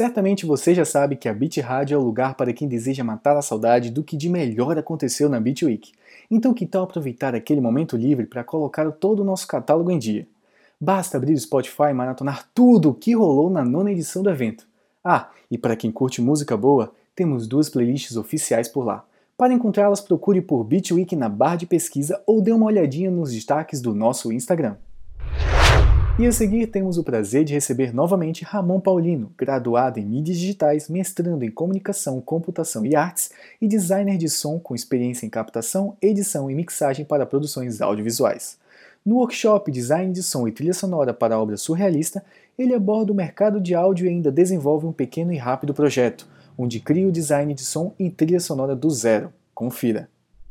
Certamente você já sabe que a Beat Rádio é o lugar para quem deseja matar a saudade do que de melhor aconteceu na Beat Week. Então que tal aproveitar aquele momento livre para colocar todo o nosso catálogo em dia? Basta abrir o Spotify e maratonar tudo o que rolou na nona edição do evento. Ah, e para quem curte música boa, temos 2 playlists oficiais por lá. Para encontrá-las, procure por Beat Week na barra de pesquisa ou dê uma olhadinha nos destaques do nosso Instagram. E a seguir temos o prazer de receber novamente Ramon Paulino, graduado em mídias digitais, mestrando em comunicação, computação e artes e designer de som com experiência em captação, edição e mixagem para produções audiovisuais. No workshop Design de Som e Trilha Sonora para a obra surrealista, ele aborda o mercado de áudio e ainda desenvolve um pequeno e rápido projeto, onde cria o design de som e trilha sonora do zero. Confira!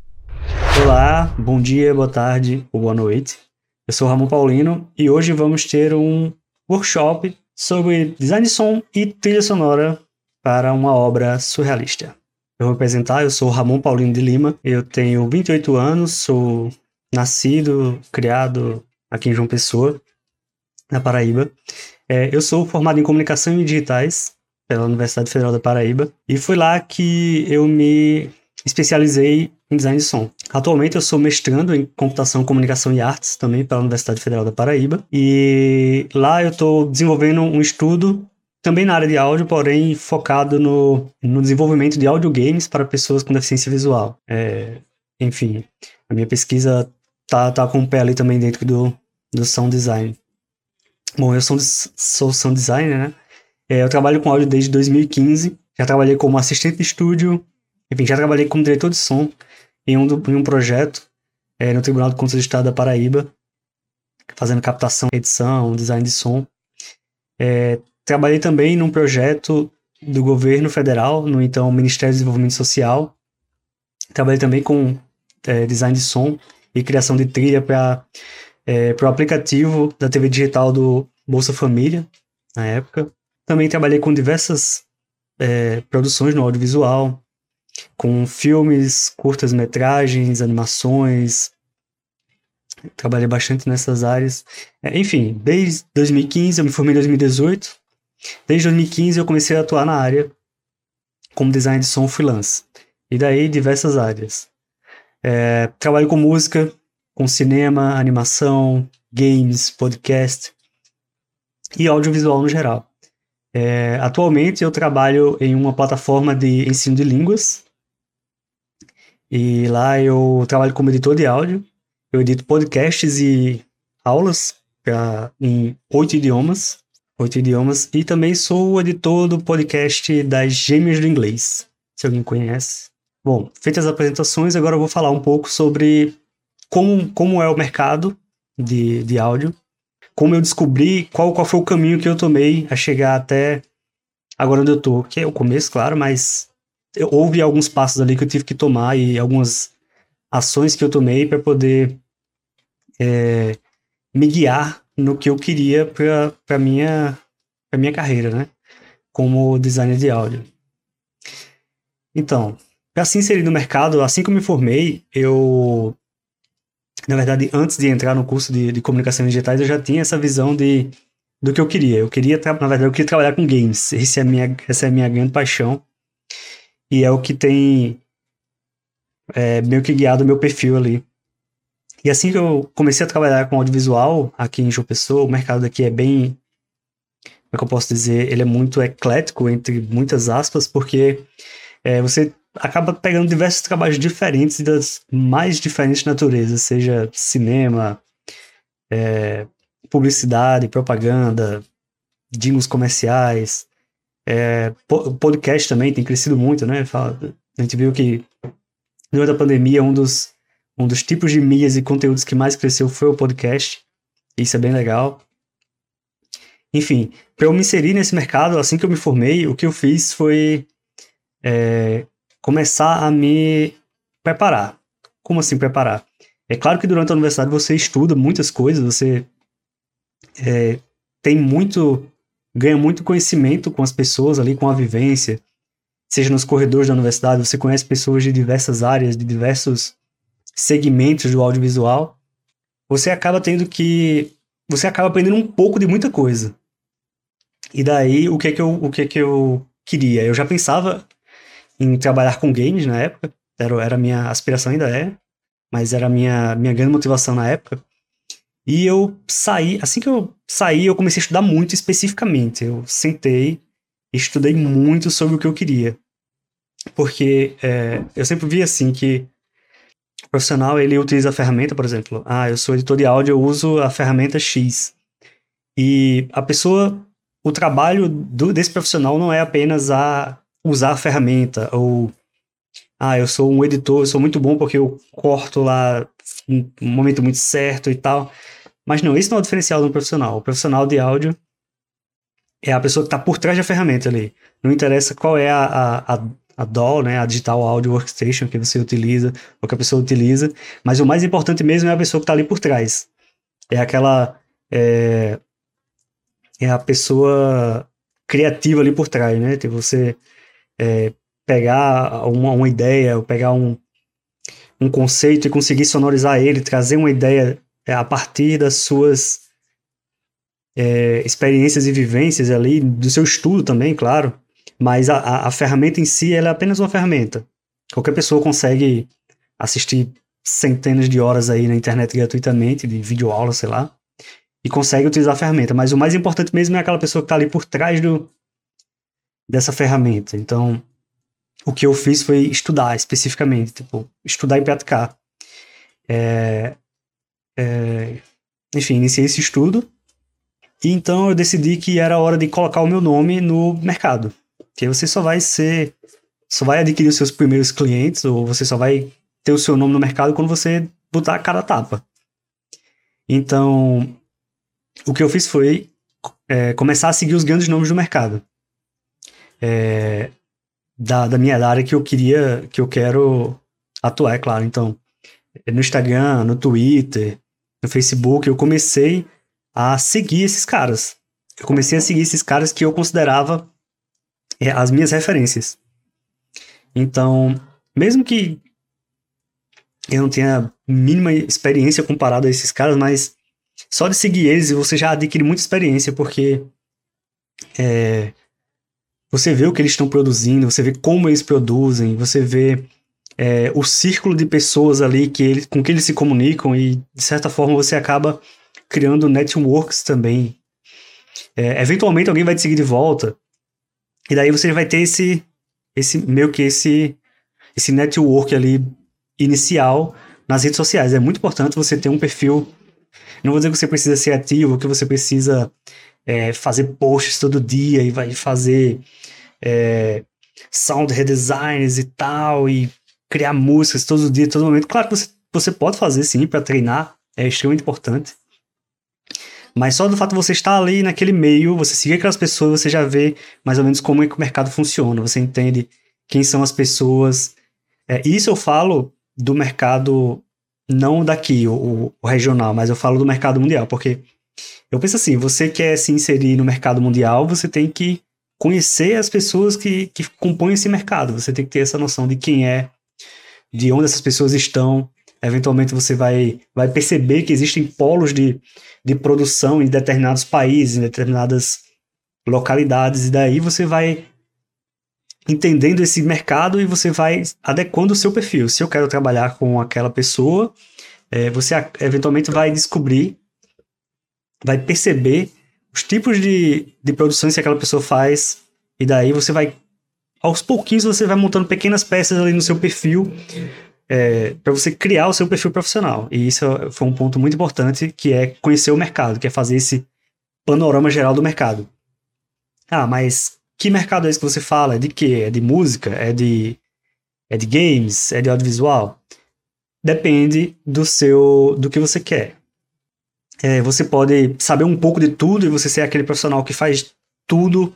Olá, bom dia, boa tarde ou boa noite. Eu sou Ramon Paulino e hoje vamos ter um workshop sobre design de som e trilha sonora para uma obra surrealista. Eu vou apresentar, eu sou Ramon Paulino de Lima, eu tenho 28 anos, sou nascido, criado aqui em João Pessoa, na Paraíba. Eu sou formado em comunicação e digitais pela Universidade Federal da Paraíba e foi lá que eu me especializei em design de som. Atualmente eu sou mestrando em computação, comunicação e artes também pela Universidade Federal da Paraíba e lá eu estou desenvolvendo um estudo também na área de áudio, porém focado no desenvolvimento de audiogames para pessoas com deficiência visual. Enfim, a minha pesquisa tá com o pé ali também dentro do sound design. Bom, eu sou sound designer, né? Eu trabalho com áudio desde 2015, já trabalhei como assistente de estúdio, enfim, já trabalhei como diretor de som em um projeto no Tribunal de Contas do Estado da Paraíba, fazendo captação, edição, design de som. Trabalhei também num projeto do governo federal, no então Ministério do Desenvolvimento Social. Trabalhei também com design de som e criação de trilha para o aplicativo da TV digital do Bolsa Família, na época. Também trabalhei com diversas produções no audiovisual, com filmes, curtas-metragens, animações. Trabalhei bastante nessas áreas. Enfim, desde 2015, eu me formei em 2018. Desde 2015 eu comecei a atuar na área como design de som freelance. E daí diversas áreas. Trabalho com música, com cinema, animação, games, podcast e audiovisual no geral. Atualmente eu trabalho em uma plataforma de ensino de línguas e lá eu trabalho como editor de áudio. Eu edito podcasts e aulas em 8 idiomas e também sou o editor do podcast das Gêmeas do Inglês, se alguém conhece. Bom, feitas as apresentações, agora eu vou falar um pouco sobre como é o mercado de áudio, como eu descobri, qual foi o caminho que eu tomei a chegar até agora onde eu tô, que é o começo, claro, mas houve alguns passos ali que eu tive que tomar e algumas ações que eu tomei para poder me guiar no que eu queria para minha carreira, né, como designer de áudio. Então, para se inserir no mercado, assim que eu me formei, na verdade, antes de entrar no curso de comunicação digitais, eu já tinha essa visão do que eu queria. Eu queria trabalhar com games. Essa é a minha grande paixão. E é o que tem meio que guiado o meu perfil ali. E assim que eu comecei a trabalhar com audiovisual aqui em João Pessoa, o mercado daqui é bem, como é que eu posso dizer, ele é muito eclético, entre muitas aspas, porque você acaba pegando diversos trabalhos diferentes e das mais diferentes naturezas, seja cinema, publicidade, propaganda, jingles comerciais, podcast também tem crescido muito, né? A gente viu que durante a pandemia um dos tipos de mídias e conteúdos que mais cresceu foi o podcast. Isso é bem legal. Enfim, para eu me inserir nesse mercado, assim que eu me formei, o que eu fiz foi começar a me preparar. Como assim preparar? É claro que durante a universidade você estuda muitas coisas, você ganha muito conhecimento com as pessoas ali, com a vivência, seja nos corredores da universidade, você conhece pessoas de diversas áreas, de diversos segmentos do audiovisual, você acaba aprendendo um pouco de muita coisa. E daí, o que que eu queria? Eu já pensava em trabalhar com games na época, era a minha aspiração, ainda é, mas era a minha grande motivação na época. E eu saí, assim que eu saí, eu comecei a estudar muito especificamente. Eu sentei e estudei muito sobre o que eu queria. Porque eu sempre vi assim que o profissional, ele utiliza a ferramenta, por exemplo, eu sou editor de áudio, eu uso a ferramenta X. E a pessoa, o trabalho desse profissional não é apenas a usar a ferramenta, ou, eu sou um editor, eu sou muito bom porque eu corto lá um momento muito certo e tal. Mas não, esse não é o diferencial do profissional. O profissional de áudio é a pessoa que está por trás da ferramenta ali. Não interessa qual é a DAW, né, a Digital Audio Workstation que você utiliza, ou que a pessoa utiliza, mas o mais importante mesmo é a pessoa que está ali por trás. É aquela... É a pessoa criativa ali por trás, né? Tipo, você pegar uma ideia, ou pegar um conceito e conseguir sonorizar ele, trazer uma ideia a partir das suas experiências e vivências ali, do seu estudo também, claro, mas a ferramenta em si, ela é apenas uma ferramenta. Qualquer pessoa consegue assistir centenas de horas aí na internet gratuitamente, de videoaula, sei lá, e consegue utilizar a ferramenta, mas o mais importante mesmo é aquela pessoa que está ali por trás dessa ferramenta. Então, o que eu fiz foi estudar especificamente, tipo, estudar e praticar. Enfim, iniciei esse estudo, e então eu decidi que era hora de colocar o meu nome no mercado. Que aí você só vai adquirir os seus primeiros clientes, ou você só vai ter o seu nome no mercado quando você botar a cara a tapa. Então, o que eu fiz foi começar a seguir os grandes nomes do mercado. Da minha área que eu quero atuar, é claro. Então, no Instagram, no Twitter, no Facebook, eu comecei a seguir esses caras. Eu comecei a seguir esses caras que eu considerava as minhas referências. Então, mesmo que eu não tenha mínima experiência comparado a esses caras, mas só de seguir eles você já adquire muita experiência, porque você vê o que eles estão produzindo, você vê como eles produzem, você vê o círculo de pessoas ali com que eles se comunicam, e de certa forma você acaba criando networks também. Eventualmente alguém vai te seguir de volta, e daí você vai ter esse network ali inicial nas redes sociais. É muito importante você ter um perfil. Não vou dizer que você precisa ser ativo, que você precisa fazer posts todo dia e vai fazer sound redesigns e tal, e criar músicas todo dia, todo momento. Claro que você pode fazer sim para treinar, é extremamente importante. Mas só do fato de você estar ali naquele meio, você seguir aquelas pessoas, você já vê mais ou menos como é que o mercado funciona, você entende quem são as pessoas. Isso eu falo do mercado, não daqui, o regional, mas eu falo do mercado mundial, porque eu penso assim, você quer se inserir no mercado mundial, você tem que conhecer as pessoas que compõem esse mercado, você tem que ter essa noção de quem é, de onde essas pessoas estão. Eventualmente você vai perceber que existem polos de produção em determinados países, em determinadas localidades, e daí você vai entendendo esse mercado e você vai adequando o seu perfil. Se eu quero trabalhar com aquela pessoa, você eventualmente vai descobrir, vai perceber os tipos de produções que aquela pessoa faz, e daí você vai, aos pouquinhos, você vai montando pequenas peças ali no seu perfil, para você criar o seu perfil profissional. E isso foi um ponto muito importante, que é conhecer o mercado, que é fazer esse panorama geral do mercado. Mas que mercado é esse que você fala? É de quê? É de música? É de games? É de audiovisual? Depende do que você quer. Você pode saber um pouco de tudo e você ser aquele profissional que faz tudo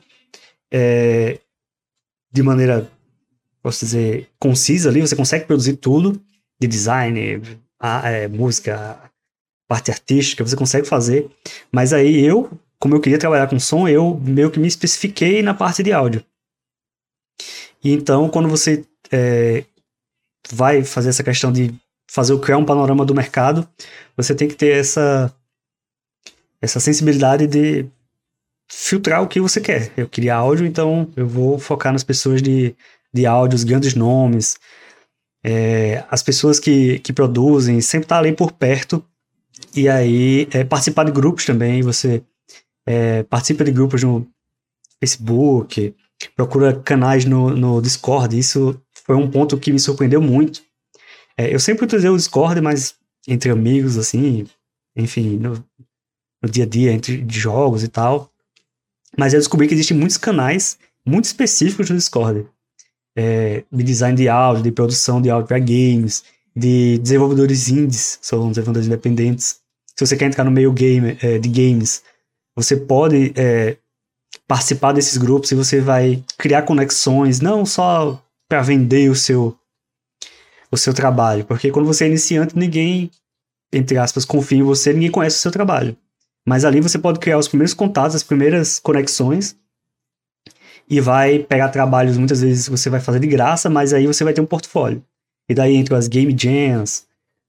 de maneira, posso dizer, concisa ali. Você consegue produzir tudo, de design, música, parte artística, você consegue fazer. Mas aí como eu queria trabalhar com som, eu meio que me especifiquei na parte de áudio. E então, quando você vai fazer essa questão de criar um panorama do mercado, você tem que ter essa sensibilidade de filtrar o que você quer. Eu queria áudio, então eu vou focar nas pessoas de áudio, os grandes nomes, as pessoas que produzem, sempre estar ali por perto. E aí, participar de grupos também, você participa de grupos no Facebook, procura canais no Discord. Isso foi um ponto que me surpreendeu muito. Eu sempre utilizei o Discord, mas entre amigos, assim, enfim, no dia a dia, entre jogos e tal. Mas eu descobri que existem muitos canais muito específicos no Discord. De design de áudio, de produção de áudio para games, de desenvolvedores indies, são desenvolvedores independentes. Se você quer entrar no meio de games, você pode participar desses grupos e você vai criar conexões, não só para vender o seu trabalho, porque quando você é iniciante, ninguém, entre aspas, confia em você, ninguém conhece o seu trabalho. Mas ali você pode criar os primeiros contatos, as primeiras conexões, e vai pegar trabalhos, muitas vezes você vai fazer de graça, mas aí você vai ter um portfólio. E daí entre as game jams,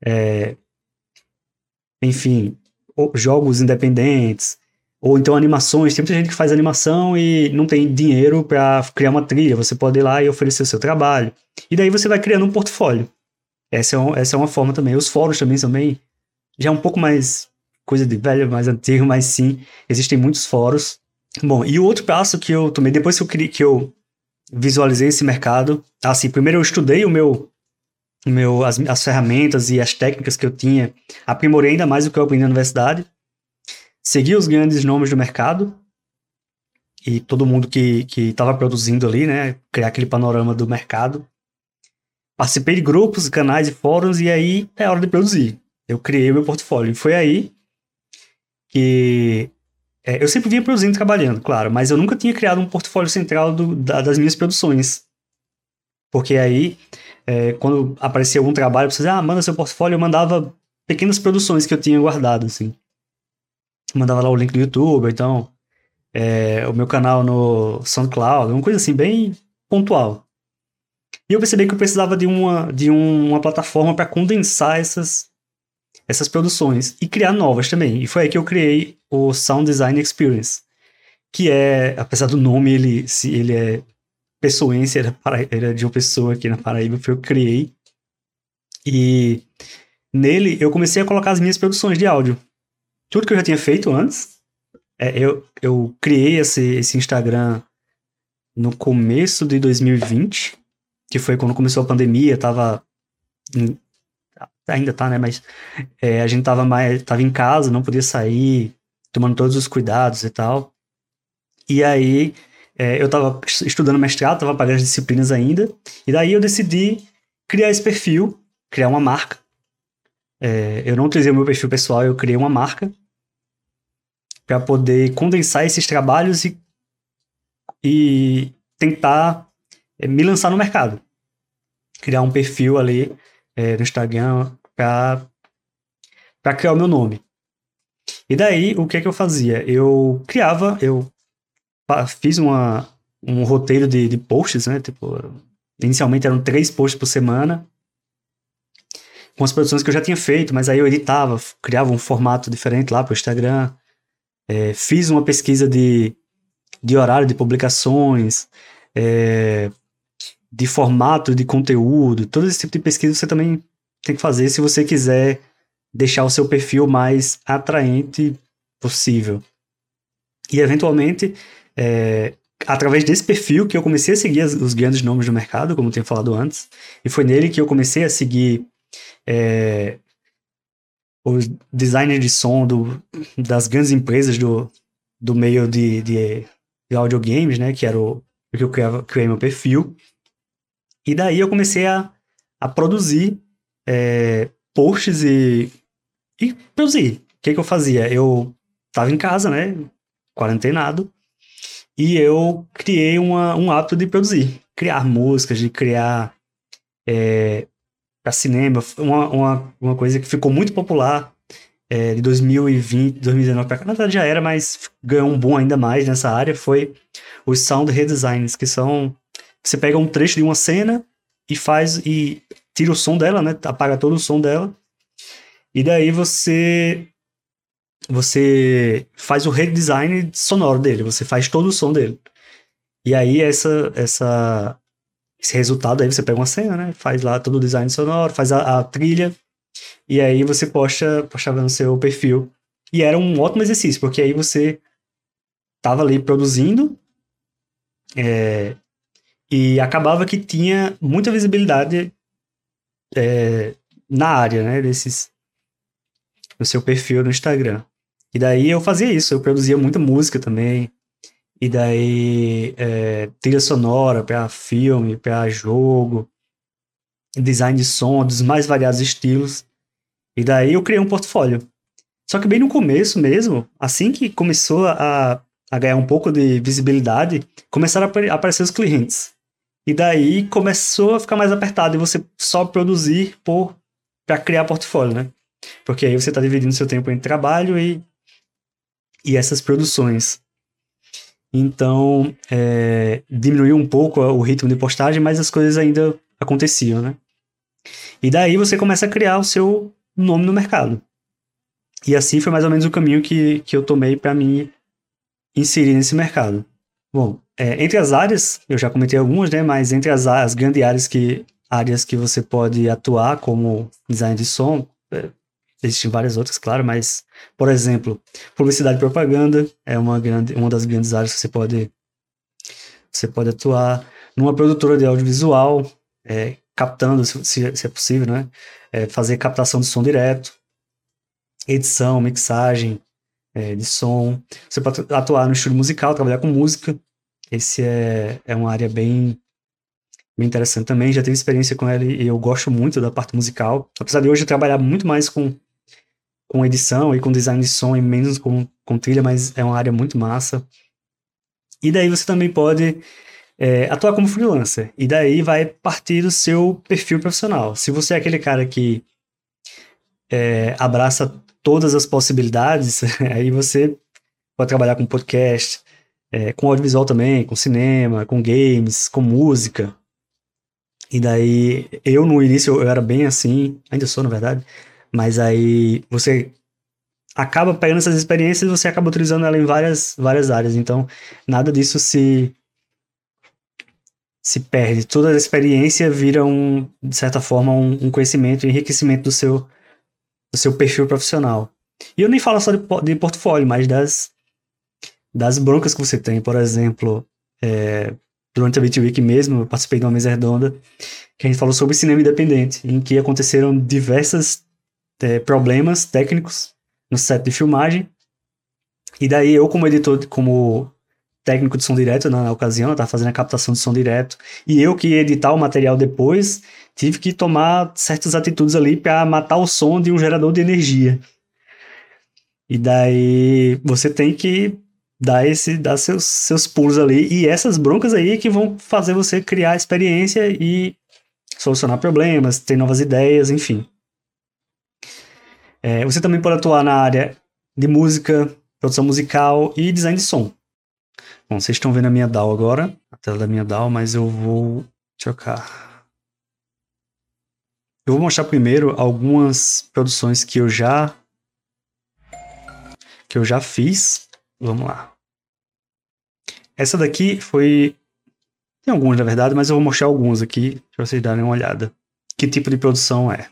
enfim, jogos independentes, ou então animações. Tem muita gente que faz animação e não tem dinheiro para criar uma trilha. Você pode ir lá e oferecer o seu trabalho. E daí você vai criando um portfólio. Essa é uma forma também. Os fóruns também são bem... Já é um pouco mais coisa de velho, mais antigo, mas sim, existem muitos fóruns. Bom, e o outro passo que eu tomei, depois que eu visualizei esse mercado, assim, primeiro eu estudei as ferramentas e as técnicas que eu tinha, aprimorei ainda mais o que eu aprendi na universidade, segui os grandes nomes do mercado e todo mundo que estava produzindo ali, né, criar aquele panorama do mercado. Participei de grupos, canais e fóruns, e aí é hora de produzir. Eu criei o meu portfólio. E foi aí que... eu sempre vinha produzindo e trabalhando, claro, mas eu nunca tinha criado um portfólio central das minhas produções. Porque aí, quando aparecia algum trabalho, você dizia, manda seu portfólio, eu mandava pequenas produções que eu tinha guardado, assim. Mandava lá o link do YouTube, então, o meu canal no SoundCloud, uma coisa assim, bem pontual. E eu percebi que eu precisava de uma plataforma para condensar essas produções e criar novas também. E foi aí que eu criei o Sound Design Experience, que apesar do nome, ele é pessoense, ele é de uma pessoa aqui na Paraíba, foi eu que criei. E nele eu comecei a colocar as minhas produções de áudio. Tudo que eu já tinha feito antes. Eu criei esse Instagram no começo de 2020, que foi quando começou a pandemia, ainda tá, né, mas a gente tava em casa, não podia sair, tomando todos os cuidados e tal. E aí, eu tava estudando mestrado, tava pagando as disciplinas ainda, e daí eu decidi criar esse perfil, criar uma marca. Eu não utilizei o meu perfil pessoal, eu criei uma marca para poder condensar esses trabalhos e tentar me lançar no mercado. Criar um perfil ali no Instagram para criar o meu nome. E daí, o que é que eu fazia? Eu fiz um roteiro de posts, né? Tipo, inicialmente eram 3 posts por semana, com as produções que eu já tinha feito, mas aí eu editava, criava um formato diferente lá para o Instagram. Fiz uma pesquisa de horário de publicações, de formato de conteúdo, todo esse tipo de pesquisa você também tem que fazer se você quiser deixar o seu perfil mais atraente possível. E, eventualmente, através desse perfil que eu comecei a seguir os grandes nomes do mercado, como eu tinha falado antes, e foi nele que eu comecei a seguir os designers de som das grandes empresas do meio de audiogames, né, que era o que eu criei meu perfil. E daí eu comecei a produzir posts e produzir. O que eu fazia? Eu estava em casa, né, quarentenado, e eu criei um hábito de produzir. Criar músicas, de criar para cinema. Uma coisa que ficou muito popular de 2020, 2019 para cá. Na verdade já era, mas ganhou um boom ainda mais nessa área, foi os sound redesigns, que são... Você pega um trecho de uma cena e tira o som dela, né? Apaga todo o som dela. E daí você você faz o redesign sonoro dele, você faz todo o som dele. E aí esse resultado aí você pega uma cena, né? Faz lá todo o design sonoro, faz a trilha, e aí você postava no seu perfil. E era um ótimo exercício, porque aí você tava ali produzindo, e acabava que tinha muita visibilidade na área, né? No seu perfil no Instagram. E daí eu fazia isso, eu produzia muita música também. E daí trilha sonora para filme, para jogo, design de som, dos mais variados estilos. E daí eu criei um portfólio. Só que bem no começo mesmo, assim que começou a ganhar um pouco de visibilidade, começaram a aparecer os clientes. E daí começou a ficar mais apertado e você só produzir para criar portfólio, né? Porque aí você está dividindo seu tempo entre trabalho e essas produções. Então, diminuiu um pouco o ritmo de postagem, mas as coisas ainda aconteciam, né? E daí você começa a criar o seu nome no mercado. E assim foi mais ou menos o caminho que eu tomei para me inserir nesse mercado. Bom, entre as áreas, eu já comentei algumas, né? Mas entre as grandes áreas que você pode atuar como design de som, existem várias outras, claro, mas, por exemplo, publicidade e propaganda é uma das grandes áreas que você pode atuar. Numa produtora de audiovisual, captando, se é possível, né? Fazer captação de som direto, edição, mixagem de som. Você pode atuar no estúdio musical, trabalhar com música. Esse é uma área bem interessante também. Já tive experiência com ela e eu gosto muito da parte musical. Apesar de hoje eu trabalhar muito mais com edição e com design de som e menos com trilha, mas é uma área muito massa. E daí você também pode atuar como freelancer. E daí vai partir do seu perfil profissional. Se você é aquele cara que abraça todas as possibilidades, aí você pode trabalhar com podcast, com audiovisual também, com cinema, com games, com música. E daí, no início, eu era bem assim, ainda sou, na verdade, mas aí você acaba pegando essas experiências e você acaba utilizando ela em várias áreas. Então, nada disso se perde. Toda a experiência vira, de certa forma, um conhecimento e enriquecimento do seu perfil profissional. E eu nem falo só de portfólio, mas das broncas que você tem. Por exemplo, durante a Beat Week mesmo, eu participei de uma mesa redonda que a gente falou sobre cinema independente, em que aconteceram diversos problemas técnicos no set de filmagem. E daí eu, como editor, como técnico de som direto na ocasião, eu estava fazendo a captação de som direto, e eu que ia editar o material depois, tive que tomar certas atitudes ali para matar o som de um gerador de energia. E daí você tem que dar seus pulos ali, e essas broncas aí que vão fazer você criar experiência e solucionar problemas, ter novas ideias, enfim. Você também pode atuar na área de música, produção musical e design de som. Bom, vocês estão vendo a minha DAW agora, a tela da minha DAW, mas eu vou trocar. Eu vou mostrar primeiro algumas produções que eu já fiz. Vamos lá. Essa daqui foi... Tem algumas, na verdade, mas eu vou mostrar alguns aqui para vocês darem uma olhada. Que tipo de produção é?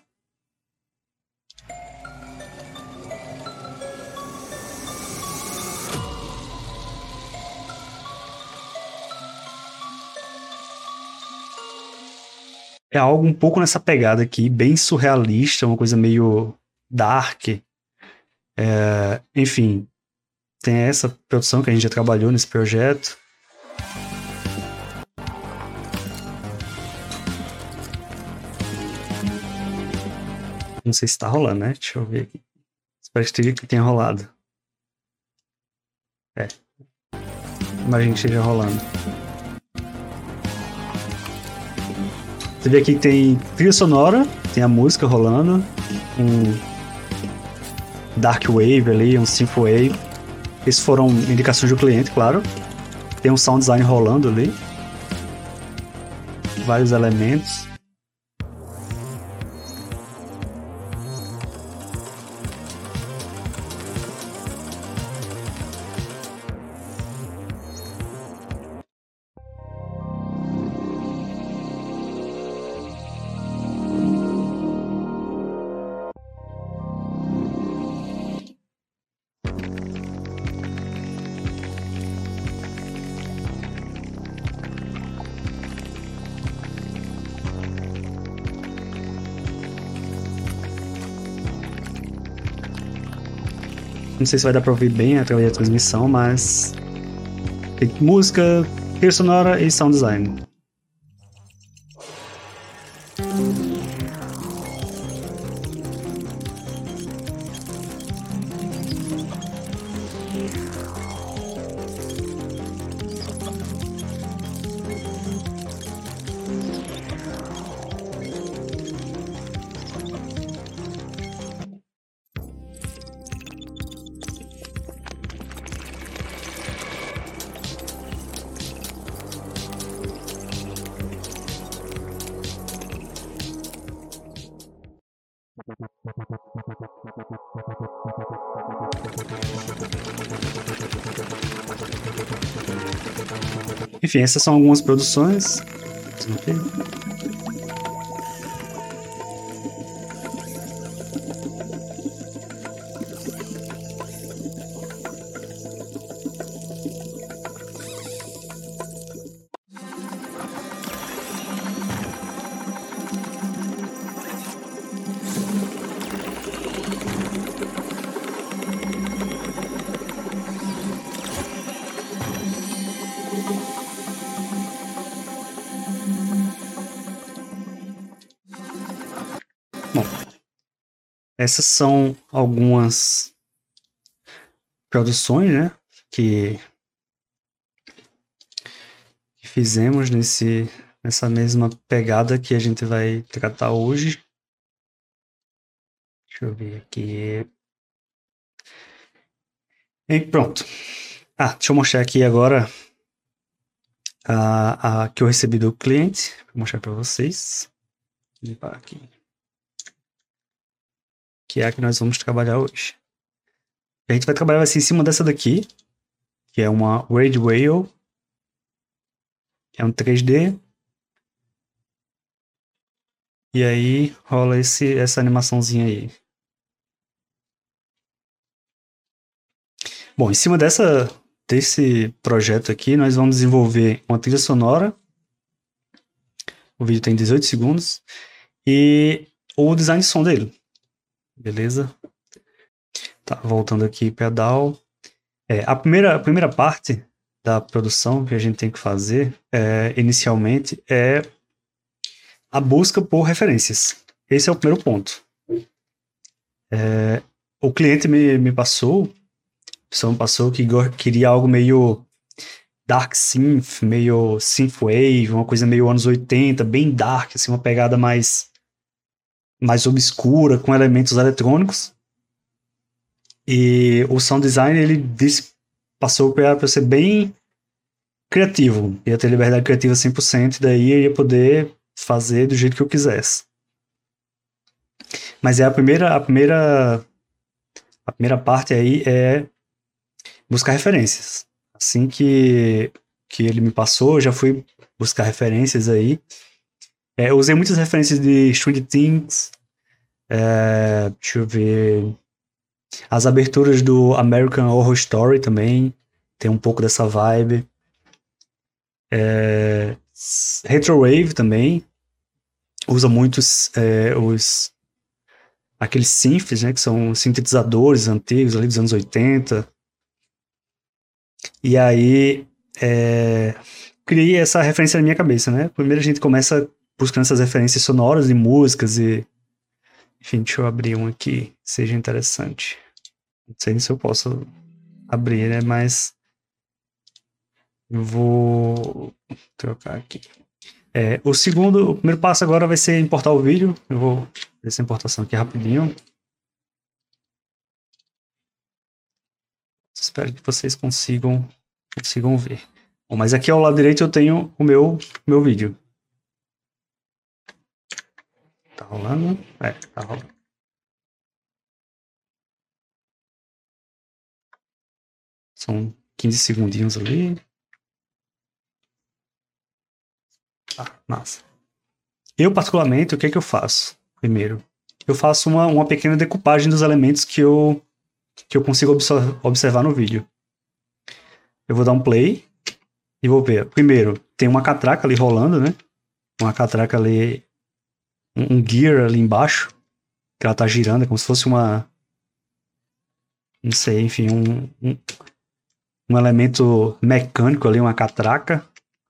É algo um pouco nessa pegada aqui, bem surrealista, uma coisa meio dark. Enfim, tem essa produção que a gente já trabalhou nesse projeto. Não sei se tá rolando, né? Deixa eu ver aqui. Espero que tenha rolado. Imagina que esteja rolando. Você vê aqui que tem trilha sonora, tem a música rolando, um dark wave ali, um synthwave. Esses foram indicações do cliente, claro. Tem um sound design rolando ali. Vários elementos. Não sei se vai dar pra ouvir bem através da transmissão, mas tem música, trilha sonora e sound design. Enfim, essas são algumas produções. Bom, essas são algumas produções, né, que fizemos nessa mesma pegada que a gente vai tratar hoje. Deixa eu ver aqui. E pronto. Deixa eu mostrar aqui agora a que eu recebi do cliente. Vou mostrar para vocês. Vou limpar aqui. Que é a que nós vamos trabalhar hoje. A gente vai trabalhar assim, em cima dessa daqui, que é uma Red Whale, que é um 3D. E aí rola essa animaçãozinha aí. Bom, em cima desse projeto aqui, nós vamos desenvolver uma trilha sonora. O vídeo tem 18 segundos. E o design de som dele. Beleza? Tá, voltando aqui para DAW. A primeira parte da produção que a gente tem que fazer inicialmente é a busca por referências. Esse é o primeiro ponto. O cliente me passou que queria algo meio dark synth, meio synthwave, uma coisa meio anos 80, bem dark, assim, uma pegada mais obscura, com elementos eletrônicos. E o sound design, ele passou para ser bem criativo, ia ter liberdade criativa 100%, e daí eu ia poder fazer do jeito que eu quisesse. Mas a primeira parte aí é buscar referências. Assim que ele me passou, eu já fui buscar referências aí. Eu usei muitas referências de Stranger Things. Deixa eu ver. As aberturas do American Horror Story também tem um pouco dessa vibe. Retrowave também usa muitos aqueles synths, né, que são sintetizadores antigos ali dos anos 80. E aí criei essa referência na minha cabeça, né? Primeiro a gente começa buscando essas referências sonoras de músicas e... Enfim, deixa eu abrir um aqui, seja interessante. Não sei se eu posso abrir, né? Mas eu vou trocar aqui. O primeiro passo agora vai ser importar o vídeo. Eu vou fazer essa importação aqui rapidinho. Espero que vocês consigam ver. Bom, mas aqui ao lado direito eu tenho o meu vídeo. Tá rolando? Tá rolando. São 15 segundinhos ali. Massa. Eu, particularmente, o que é que eu faço? Primeiro, eu faço uma pequena decupagem dos elementos que eu consigo observar no vídeo. Eu vou dar um play e vou ver. Primeiro, tem uma catraca ali rolando, né? Uma catraca ali, um gear ali embaixo, que ela tá girando, é como se fosse um não sei, enfim, um elemento mecânico ali, uma catraca.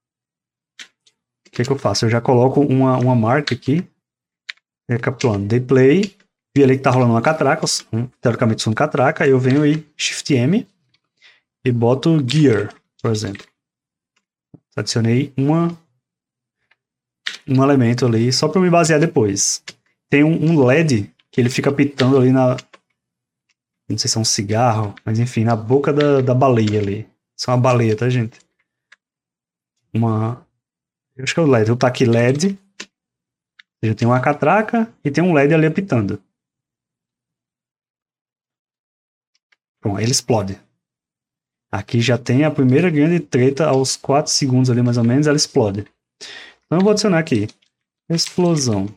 O que eu faço? Eu já coloco uma marca aqui, recapitulando, dei play, vi ali que tá rolando uma catraca, teoricamente sou um catraca, eu venho aí, Shift M, e boto Gear, por exemplo. Adicionei um elemento ali, só para me basear depois. Tem um LED que ele fica pitando ali na... Não sei se é um cigarro, mas enfim, na boca da baleia ali. Isso é uma baleia, tá, gente? Eu acho que é o LED. Eu tá aqui LED. Eu tenho uma catraca e tem um LED ali apitando. Bom, ele explode. Aqui já tem a primeira grande treta, aos 4 segundos ali mais ou menos, ela explode. Então eu vou adicionar aqui. Explosão.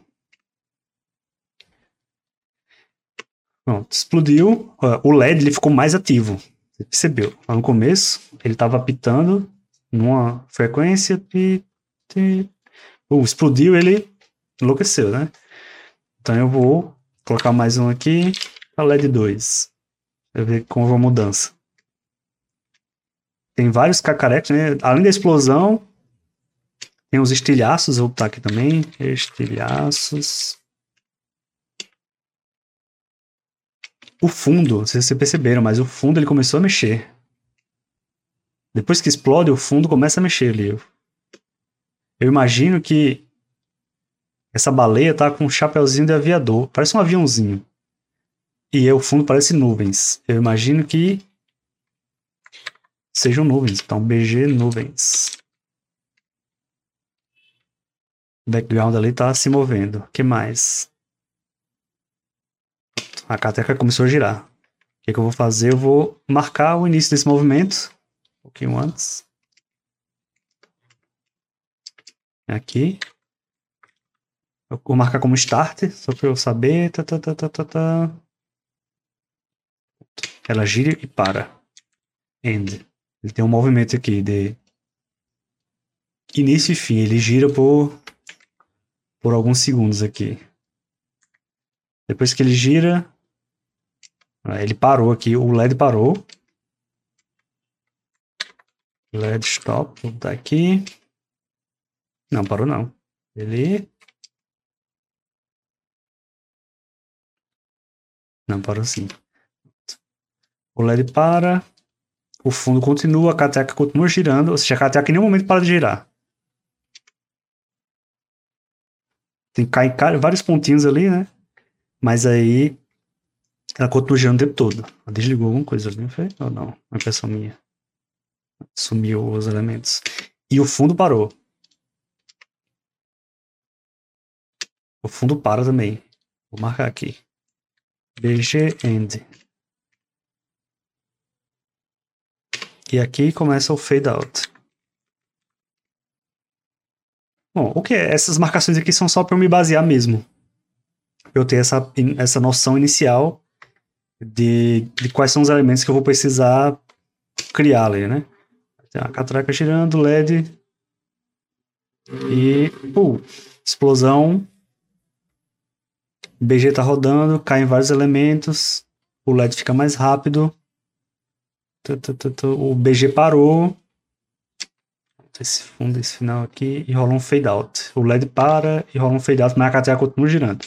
Pronto, explodiu. O LED ele ficou mais ativo. Você percebeu? Lá no começo, ele estava apitando numa frequência explodiu, ele enlouqueceu, né? Então eu vou colocar mais um aqui, a LED 2. Pra ver como vai a mudança. Tem vários cacarecos, né? Além da explosão, tem os estilhaços, vou botar aqui também. Estilhaços. O fundo, não sei se vocês perceberam, mas o fundo ele começou a mexer. Depois que explode, o fundo começa a mexer ali. Eu imagino que essa baleia tá com um chapeuzinho de aviador. Parece um aviãozinho. E o fundo parece nuvens. Eu imagino que sejam nuvens. Então, BG nuvens. O background ali tá se movendo. O que mais? A catraca começou a girar. O que eu vou fazer? Eu vou marcar o início desse movimento. Um pouquinho antes. Aqui. Eu vou marcar como start, só para eu saber. Ela gira e para. End. Ele tem um movimento aqui de início e fim. Ele gira por alguns segundos aqui. Depois que ele gira, ele parou aqui. O LED parou. LED stop. Vou botar aqui. Não, parou não. Ele... Não, parou sim. O LED para. O fundo continua, a catraca continua girando. Ou seja, a catraca em nenhum momento para de girar. Tem que cair vários pontinhos ali, né? Mas aí ela continua girando o tempo todo. Ela desligou alguma coisa ali, não foi? Ou não? Uma impressão minha. Sumiu os elementos. E o fundo parou. O fundo para também. Vou marcar aqui. BG End. E aqui começa o fade out. Bom, o que é? Essas marcações aqui são só para eu me basear mesmo. Eu ter essa noção inicial de quais são os elementos que eu vou precisar criar ali, né? Tem a catraca girando, LED. E... explosão. BG tá rodando, caem vários elementos. O LED fica mais rápido. O BG parou. Esse fundo, esse final aqui. E rola um fade out. O LED para e rola um fade out, mas a catraca continua girando.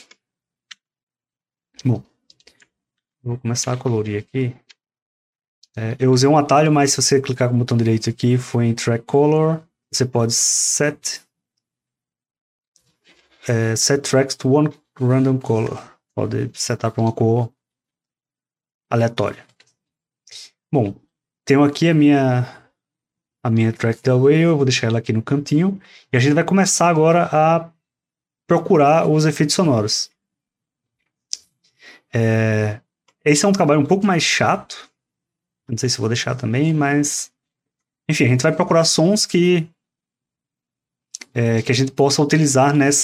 Bom. Vou começar a colorir aqui. Eu usei um atalho, mas se você clicar com o botão direito aqui, foi em Track Color. Você pode set tracks to one random color. Pode setar para uma cor aleatória. Bom, tenho aqui a minha track da Whale, eu vou deixar ela aqui no cantinho. E a gente vai começar agora a procurar os efeitos sonoros. Esse é um trabalho um pouco mais chato. Não sei se eu vou deixar também, mas... Enfim, a gente vai procurar sons que a gente possa utilizar na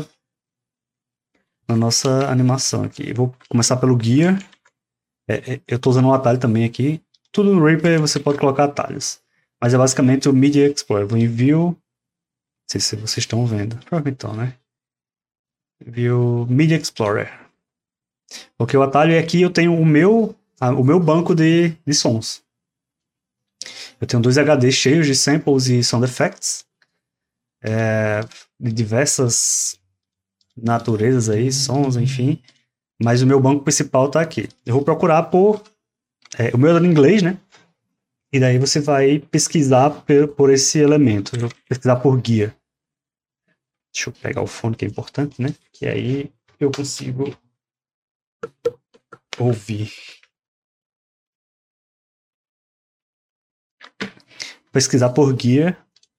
nossa animação aqui. Eu vou começar pelo Gear. Eu estou usando um atalho também aqui. Tudo no Reaper você pode colocar atalhos. Mas é basicamente o Media Explorer. Vou em View. Não sei se vocês estão vendo. Provavelmente estão, né? View Media Explorer. Porque o atalho é aqui, eu tenho o meu o meu banco de sons. Eu tenho 2 HDs cheios de samples e sound effects. De diversas naturezas aí, sons, enfim. Mas o meu banco principal tá aqui. Eu vou procurar por... o meu é em inglês, né? E daí você vai pesquisar por esse elemento. Eu vou pesquisar por gear. Deixa eu pegar o fone, que é importante, né? Que aí eu consigo ouvir. Pesquisar por gear.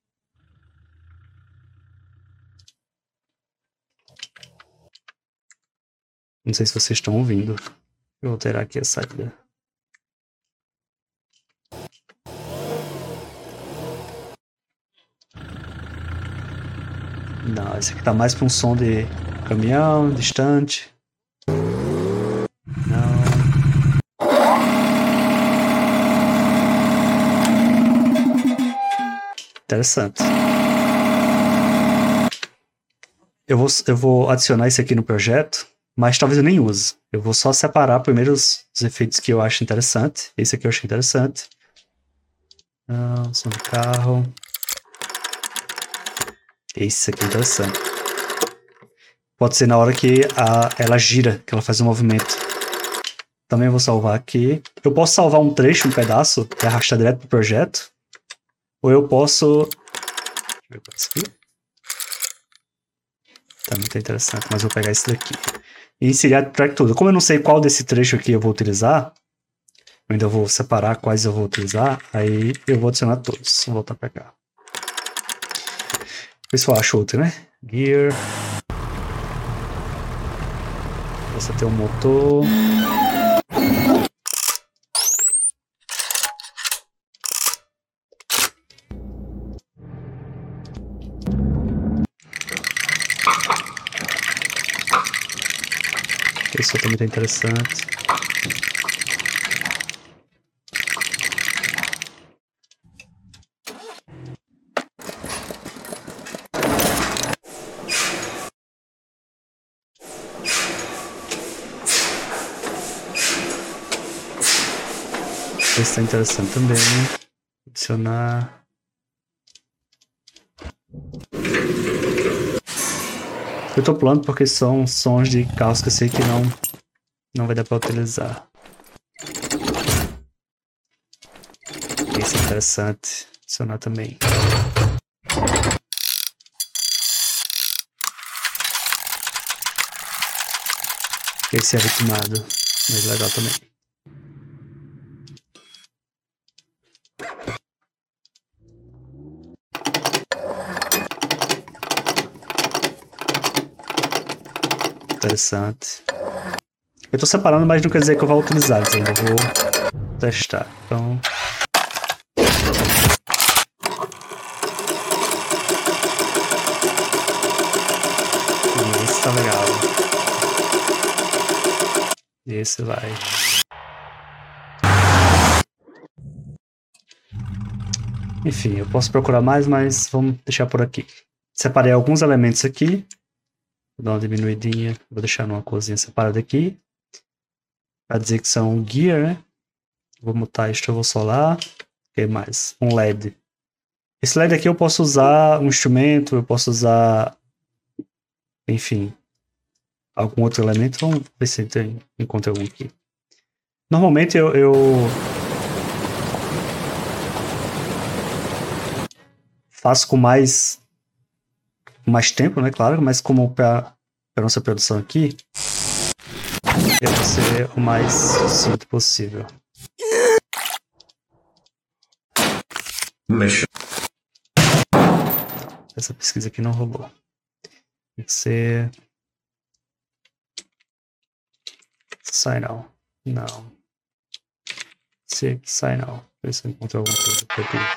Não sei se vocês estão ouvindo. Eu vou alterar aqui a saída. Não, esse aqui tá mais para um som de caminhão, distante. Não. Interessante. Eu vou adicionar isso aqui no projeto, mas talvez eu nem use. Eu vou só separar primeiro os efeitos que eu acho interessante. Esse aqui eu achei interessante. Som de carro. Esse aqui é interessante. Pode ser na hora que ela gira, que ela faz um movimento. Também vou salvar aqui. Eu posso salvar um trecho, um pedaço, e arrastar direto pro projeto. Ou eu posso... Deixa eu ver isso aqui. Tá muito interessante, mas vou pegar esse daqui. E inserir a track toda. Como eu não sei qual desse trecho aqui eu vou utilizar, eu ainda vou separar quais eu vou utilizar, aí eu vou adicionar todos. Vou voltar pra cá. Ver se eu acho outro, né? Gear. Você tem um motor. Esse também tá interessante. Esse tá interessante também. Adicionar. Eu tô pulando porque são sons de carros que eu sei que não vai dar pra utilizar. Esse é interessante. Adicionar também. Esse é ritmado. Mas legal também. Interessante. Eu tô separando, mas não quer dizer que eu vou utilizar, então eu vou testar. Então... Esse tá legal. Esse vai. Enfim, eu posso procurar mais, mas vamos deixar por aqui. Separei alguns elementos aqui. Vou dar uma diminuidinha. Vou deixar numa corzinha separada aqui. Para dizer que são gear, né? Vou mutar estrela solar. O que mais? Um LED. Esse LED aqui eu posso usar um instrumento, eu posso usar... Enfim. Algum outro elemento. Vamos ver se encontra algum aqui. Normalmente eu faço com mais tempo, né? Claro, mas como para nossa produção aqui, eu vou ser o mais sucinto possível. Essa pesquisa aqui não rolou. Tem que ser... Sign all. Não. Sign all. Ver se eu encontro alguma coisa por aqui.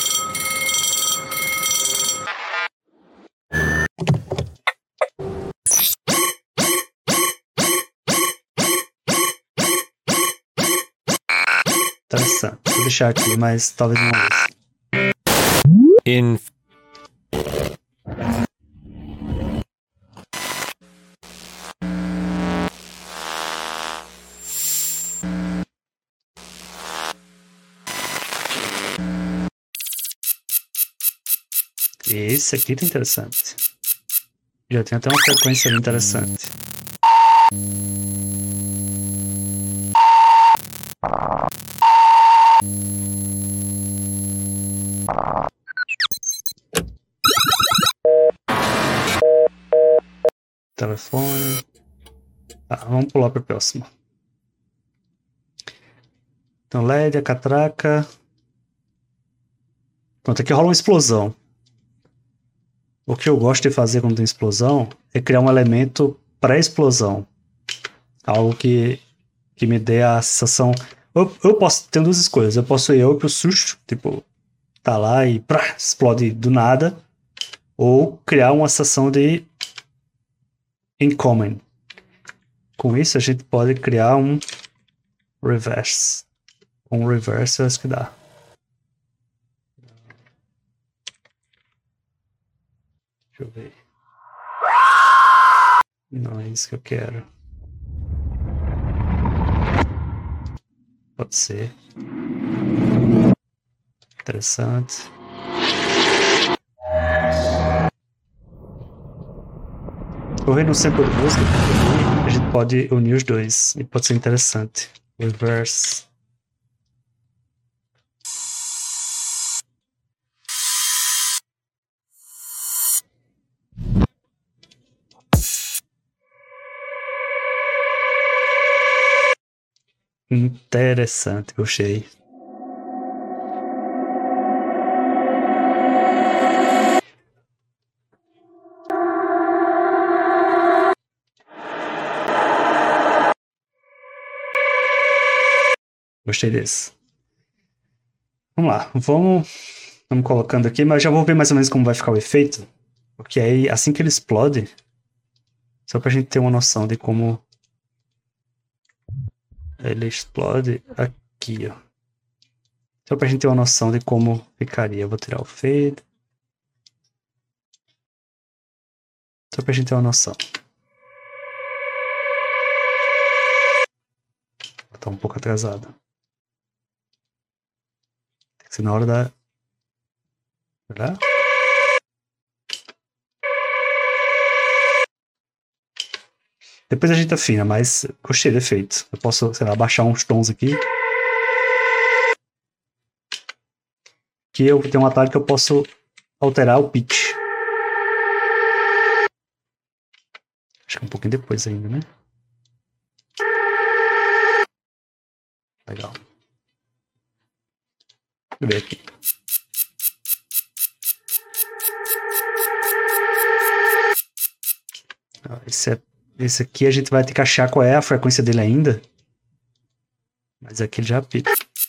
Interessante. Vou deixar aqui, mas talvez não use. Esse aqui tá interessante. Já tem até uma frequência ali interessante. Telefone. Tá, vamos pular para o próximo. Então, LED, a catraca. Pronto, aqui rola uma explosão. O que eu gosto de fazer quando tem explosão é criar um elemento pré-explosão. Algo que me dê a sensação... Eu posso ter duas escolhas. Eu posso ir pro susto, tipo, tá lá e explode do nada. Ou criar uma sensação de incoming. Com isso, a gente pode criar um reverse. Um reverse eu acho que dá. Deixa eu ver. Não é isso que eu quero. Pode ser. Interessante. Correndo no sample de música, a gente pode unir os dois. E pode ser interessante. Reverse. Interessante, gostei. Gostei desse. Vamos lá, vamos colocando aqui, mas já vou ver mais ou menos como vai ficar o efeito. Porque aí, assim que ele explode, só pra gente ter uma noção de como ele explode aqui, ó. Só pra gente ter uma noção de como ficaria. Eu vou tirar o fade. Só pra gente ter uma noção. Tá um pouco atrasado. Tem que ser na hora da... Será? Depois a gente afina, mas gostei do efeito. Eu posso, sei lá, baixar uns tons aqui. Que eu tenho um atalho que eu posso alterar o pitch. Acho que é um pouquinho depois ainda, né? Legal. Deixa eu ver aqui. Esse aqui a gente vai ter que achar qual é a frequência dele ainda. Mas aqui ele já apita.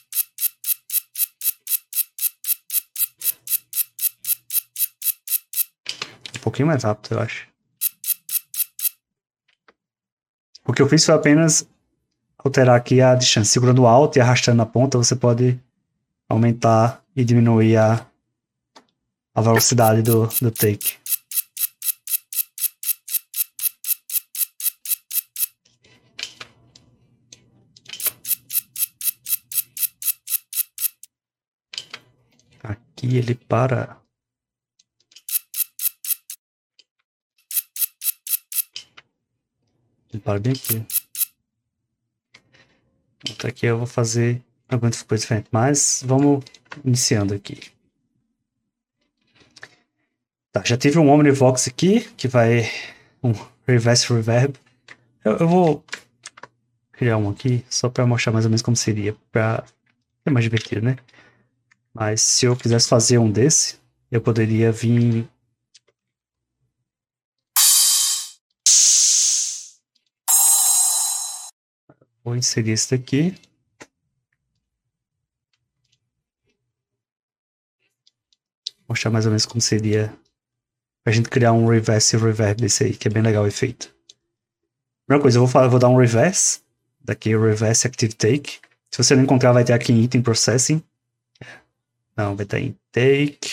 Um pouquinho mais rápido, eu acho. O que eu fiz foi apenas alterar aqui a distância. Segurando o Alt e arrastando na ponta, você pode aumentar e diminuir a velocidade do take. Aqui ele para. Ele para bem aqui. Então aqui eu vou fazer algumas coisas diferentes, mas vamos iniciando aqui. Tá, já tive um Omnivox aqui, que vai um Reverse Reverb. Eu vou criar um aqui, só para mostrar mais ou menos como seria, para ser mais divertido, né? Mas se eu quisesse fazer um desse, eu poderia vir... Vou inserir esse daqui. Mostrar mais ou menos como seria pra gente criar um reverse reverb desse aí, que é bem legal o efeito. Primeira coisa, eu vou dar um reverse. Daqui o reverse active take. Se você não encontrar, vai ter aqui em item processing. Não, vai estar em take.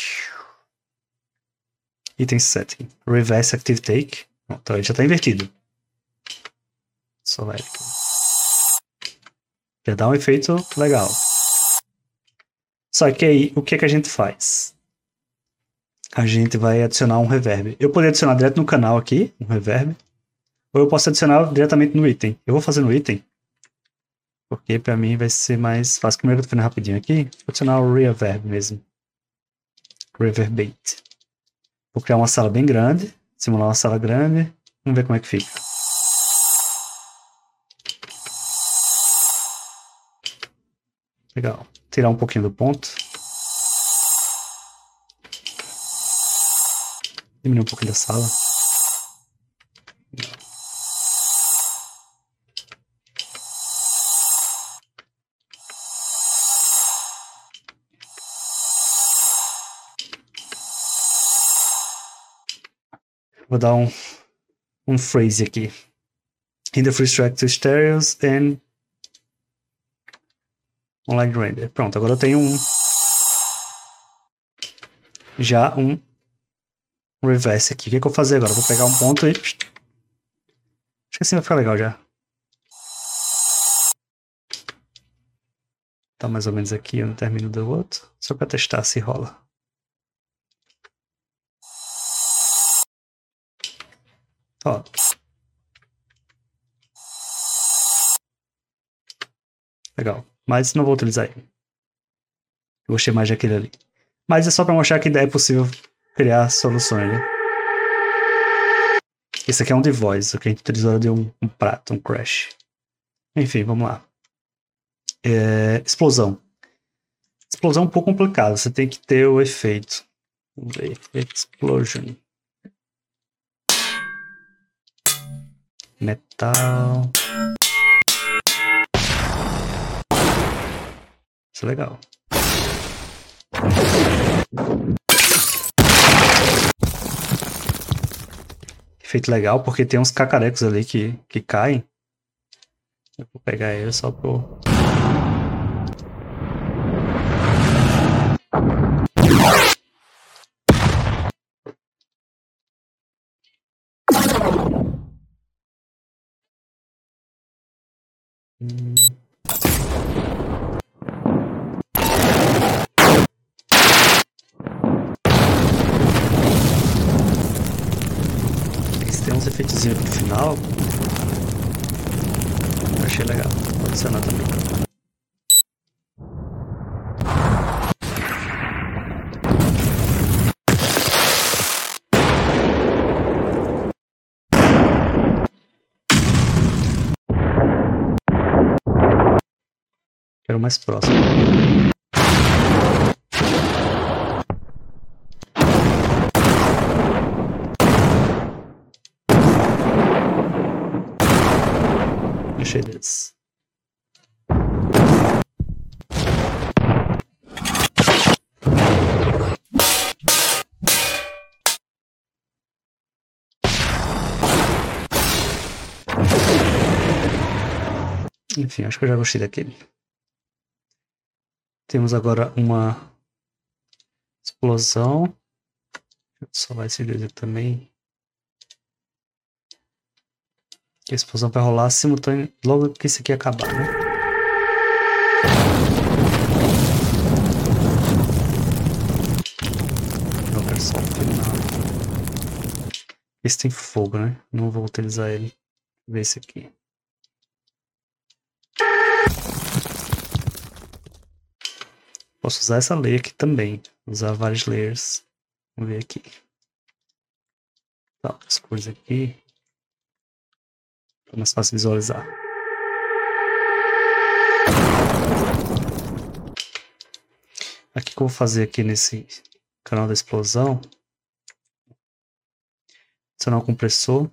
Item setting. Reverse active take. Então ele já está invertido. Só vai aqui. Já dá um efeito legal. Só que aí, o que é que a gente faz? a gente vai adicionar um reverb. Eu poderia adicionar direto no canal aqui, um reverb, ou eu posso adicionar diretamente no item. Eu vou fazer no item, porque pra mim vai ser mais fácil. Primeiro eu tô fazendo rapidinho aqui, vou adicionar o reverb mesmo. Reverbate. Vou criar uma sala bem grande, simular uma sala grande, vamos ver como é que fica. Legal. Tirar um pouquinho do ponto. Diminuir um pouquinho da sala. Vou dar um phrase aqui. In the free track to stereos and online render. Pronto, agora eu tenho já um reverse aqui. O que eu vou fazer agora? Eu vou pegar um ponto e... Acho que assim vai ficar legal já. Tá mais ou menos aqui, eu não termino do outro. Só pra testar se rola. Ó. Legal. Mas não vou utilizar ele. Eu gostei mais daquele ali. Mas é só pra mostrar que é possível criar soluções, né? Esse aqui é um devoice. O que a gente utilizou de um prato, um crash. Enfim, vamos lá. Explosão. Explosão é um pouco complicado. Você tem que ter o efeito. Vamos ver. Explosion. Metal. Isso é legal. Efeito legal porque tem uns cacarecos ali que caem. Eu vou pegar ele só pro... Tem uns efeitozinhos aqui no final. Eu achei legal. Vou adicionar também. Quero mais próximo. Achei desse. Enfim, acho que eu já gostei daquele. Temos agora uma explosão. Deixa eu solar esse vídeo também. A explosão vai rolar simultâneo logo que isso aqui acabar, né? Eu quero só o final. Esse tem fogo, né? Não vou utilizar ele. Vou ver esse aqui. Posso usar essa layer aqui também. Usar vários layers. Vamos ver aqui. Tá, as cores aqui. Fica mais fácil visualizar. Aqui que eu vou fazer aqui nesse canal da explosão. Adicionar um compressor.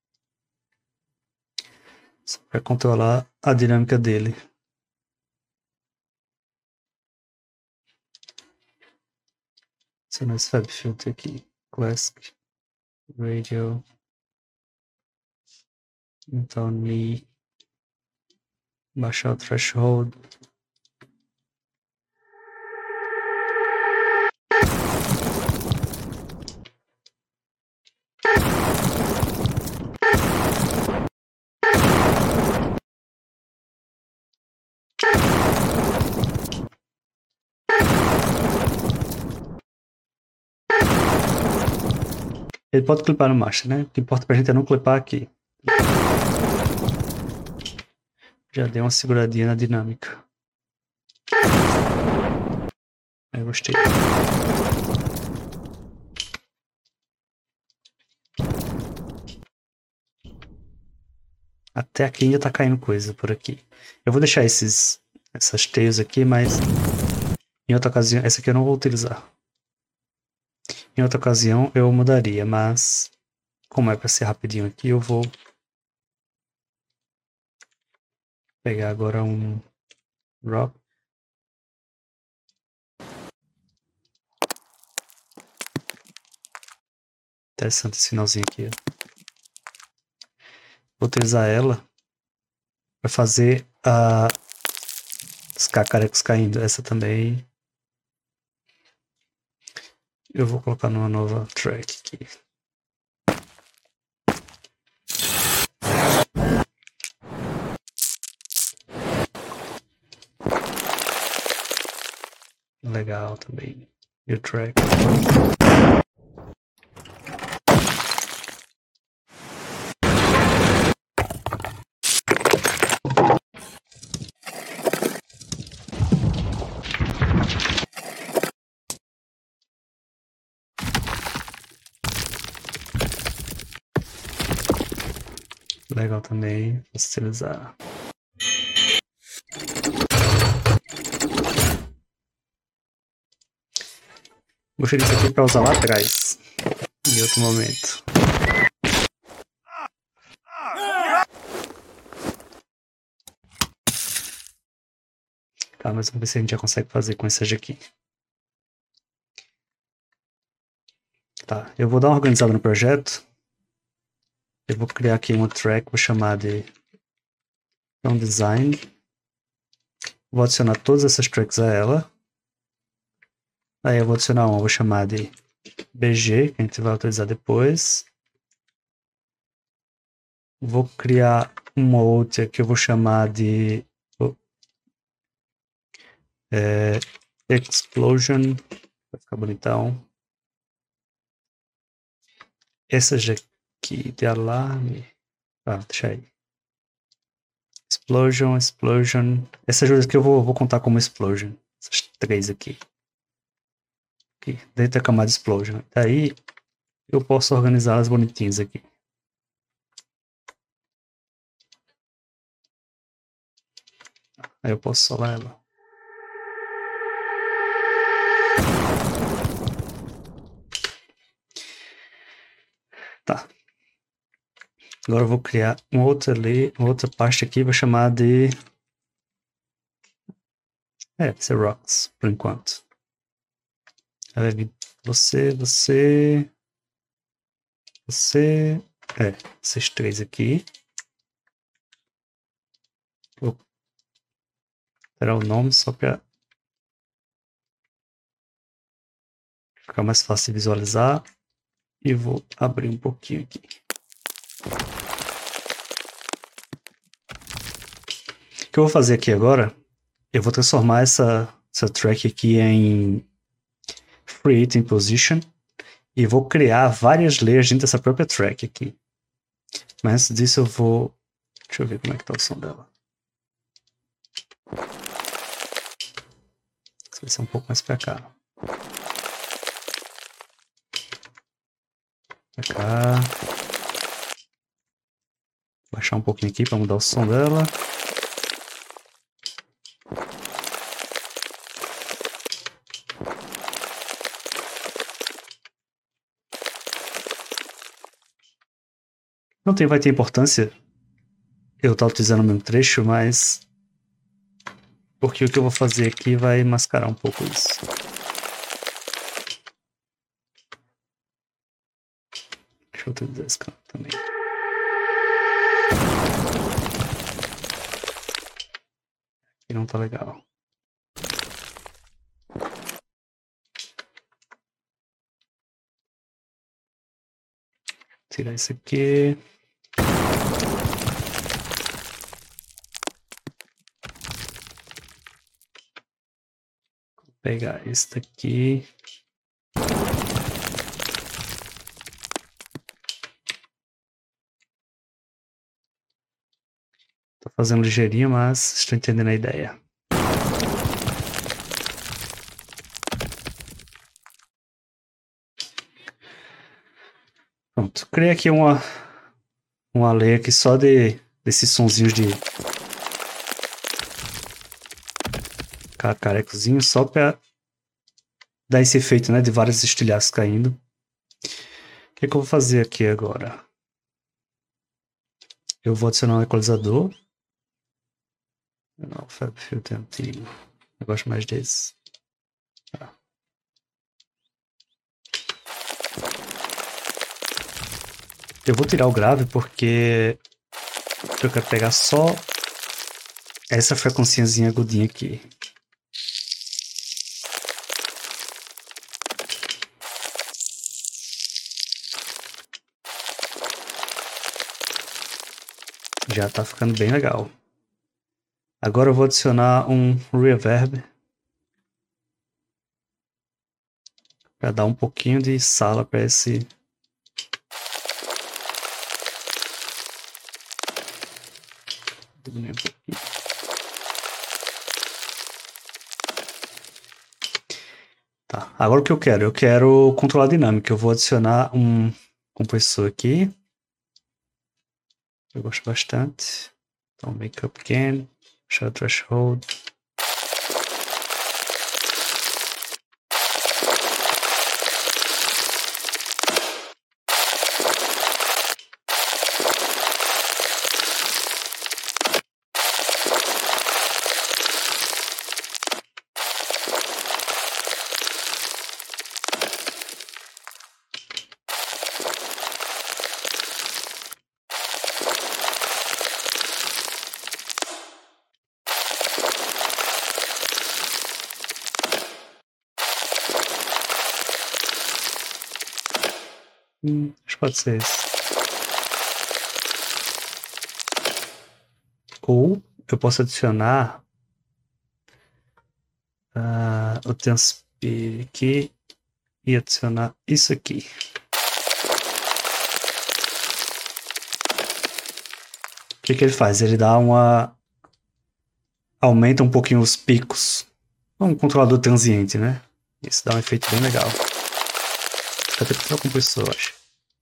Só para controlar a dinâmica dele. Adicionar esse Fab Filter aqui. Classic. Radio. Então, baixar o threshold. Ele pode clipar no master, né? O que importa pra gente é não clipar aqui. Já deu uma seguradinha na dinâmica. Eu gostei. Até aqui ainda tá caindo coisa por aqui. Eu vou deixar essas teias aqui, mas em outra ocasião, essa aqui eu não vou utilizar. Em outra ocasião eu mudaria, mas como é para ser rapidinho aqui, eu vou pegar agora um rock. Interessante esse finalzinho aqui. Ó. Vou utilizar ela para fazer os cacarecos caindo. Essa também eu vou colocar numa nova track aqui. Legal também. E o track. Legal também, facilizar. Gostei disso aqui para usar lá atrás, em outro momento. Tá, mas vamos ver se a gente já consegue fazer com esse aqui. Tá, eu vou dar uma organizada no projeto. Eu vou criar aqui uma track, vou chamar de Sound Design. Vou adicionar todas essas tracks a ela. Aí eu vou adicionar uma, vou chamar de BG, que a gente vai utilizar depois. Vou criar uma outra que eu vou chamar de Explosion, vai ficar bonitão. Essa aqui de alarme, deixa aí. Explosion. Essas duas aqui eu vou contar como Explosion. Essas três aqui. Dentro da camada Explosion. Daí eu posso organizá-las bonitinhas aqui. Aí eu posso solar ela. Tá. Agora eu vou criar uma outra pasta aqui, vou chamar de vai ser Rocks, por enquanto. Aí vai vir esses três aqui. Vou alterar o nome só para ficar mais fácil de visualizar. E vou abrir um pouquinho aqui. O que eu vou fazer aqui agora, eu vou transformar essa track aqui em Free Item Position e vou criar várias layers dentro dessa própria track aqui. Mas antes disso eu vou... Deixa eu ver como é que tá o som dela. Isso vai ser um pouco mais pra cá. Pra cá. Vou baixar um pouquinho aqui para mudar o som dela. Não vai ter importância eu estar utilizando o mesmo trecho, mas porque o que eu vou fazer aqui vai mascarar um pouco isso. Deixa eu utilizar esse canto também. Aqui não tá legal. Tirar isso aqui. Vou pegar esse daqui. fazendo ligeirinho, mas estou entendendo a ideia. Pronto, criei aqui uma lei aqui só desses sonzinhos de cacarecozinho, só para dar esse efeito, né, de vários estilhaços caindo. O que é que eu vou fazer aqui agora? Eu vou adicionar um equalizador. Não, Fab Filter antigo. Eu gosto mais desse. Tá. Eu vou tirar o grave porque eu quero pegar só essa frequenciazinha agudinha aqui. Já tá ficando bem legal. Agora eu vou adicionar um reverb para dar um pouquinho de sala para esse. Tá, agora o que eu quero? Eu quero controlar a dinâmica. Eu vou adicionar um compressor aqui. Eu gosto bastante. Então, Makeup Gain, Shadow Threshold. Acho que pode ser esse. Ou eu posso adicionar o Transpire aqui e adicionar isso aqui. O que ele faz? Ele dá aumenta um pouquinho os picos. Um controlador transiente, né? Isso dá um efeito bem legal. Até para o compressor, acho.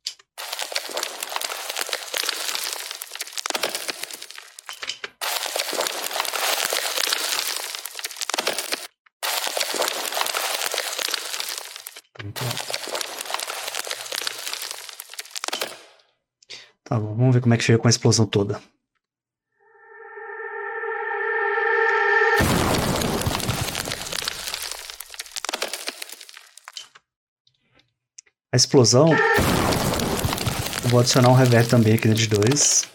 Tá bom, vamos ver como é que chega com a explosão toda. A explosão, eu vou adicionar um reverb também aqui neles dois.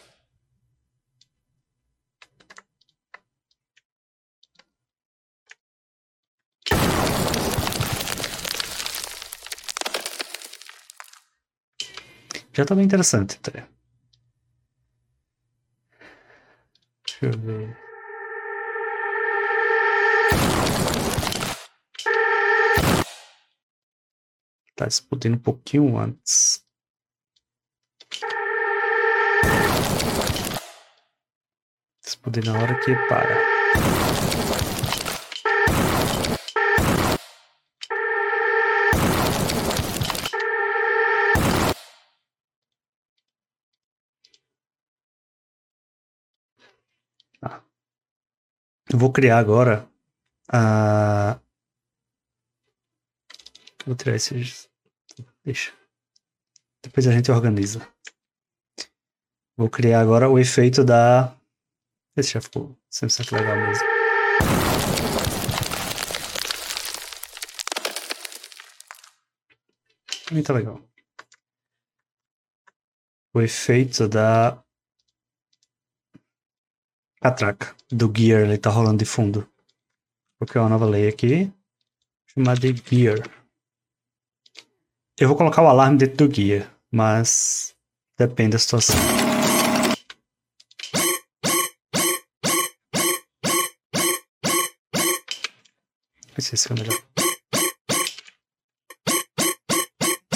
Já tá bem interessante até. Deixa eu ver. Tá explodindo um pouquinho antes. Explodir na hora que para. Eu vou criar agora a... Vou tirar esses... Deixa. Depois a gente organiza. Vou criar agora o efeito da... Esse já ficou 100% legal mesmo. Muito legal. O efeito da catraca do Gear, ele tá rolando de fundo. Vou criar uma nova lei aqui, chamada de Gear. Eu vou colocar o alarme dentro do Gear, mas depende da situação. Vai ser esse que é melhor.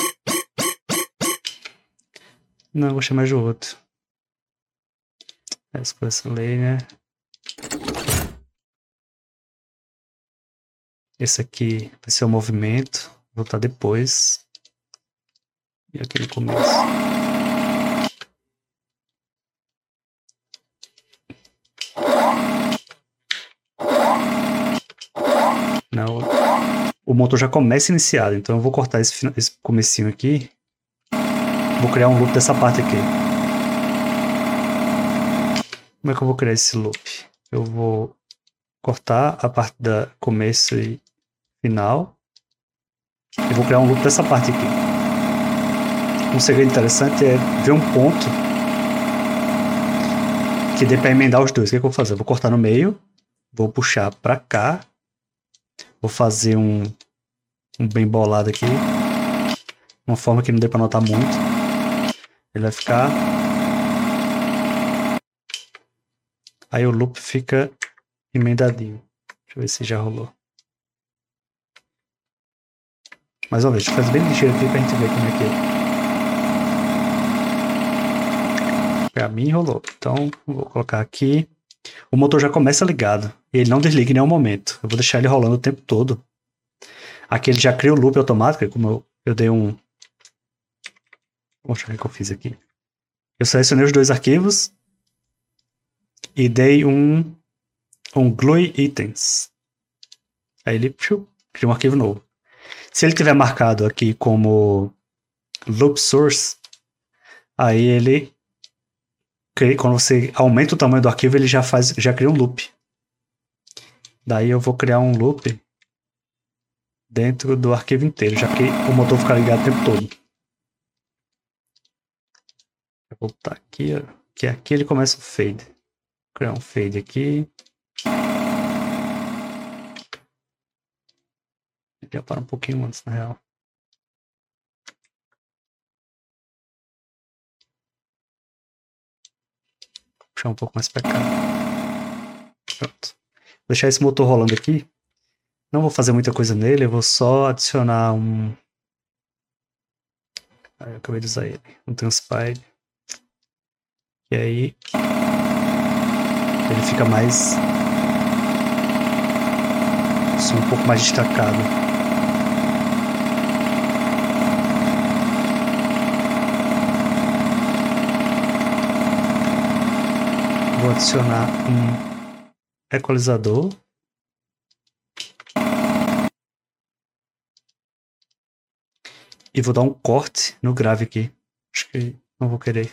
Não, eu gostei mais do outro. Express Layer. Esse aqui vai ser o movimento. Vou botar depois. E aqui no começo. Não. O motor já começa iniciado, então eu vou cortar esse comecinho aqui. Vou criar um loop dessa parte aqui. Como é que eu vou criar esse loop? Eu vou cortar a parte da começo e final. E vou criar um loop dessa parte aqui. Um segredo interessante é ver um ponto que dê para emendar os dois. O que eu vou fazer? Eu vou cortar no meio, vou puxar para cá, vou fazer um bem bolado aqui, uma forma que não dê para notar muito. Ele vai ficar. Aí o loop fica emendadinho. Deixa eu ver se já rolou. Mais uma vez, deixa eu fazer bem ligeiro aqui pra gente ver como é que é. Pra mim rolou. Então, vou colocar aqui. O motor já começa ligado. Ele não desliga em nenhum momento. Eu vou deixar ele rolando o tempo todo. Aqui ele já cria o loop automático. Como eu dei um... Vou mostrar o que eu fiz aqui. Eu selecionei os dois arquivos. E dei um GUI items. Aí ele cria um arquivo novo. Se ele tiver marcado aqui como loop source, aí ele, quando você aumenta o tamanho do arquivo, ele já cria um loop. Daí eu vou criar um loop dentro do arquivo inteiro, já que o motor fica ligado o tempo todo. Vou botar aqui, ó, que aqui ele começa o fade. Vou criar um fade aqui. Já para um pouquinho antes, na real. Vou puxar um pouco mais para cá. Pronto. Vou deixar esse motor rolando aqui. Não vou fazer muita coisa nele, eu vou só adicionar um... eu acabei de usar ele. Um transpile. E aí... ele fica mais... um pouco mais destacado. Vou adicionar um equalizador. E vou dar um corte no grave aqui. Acho que não vou querer.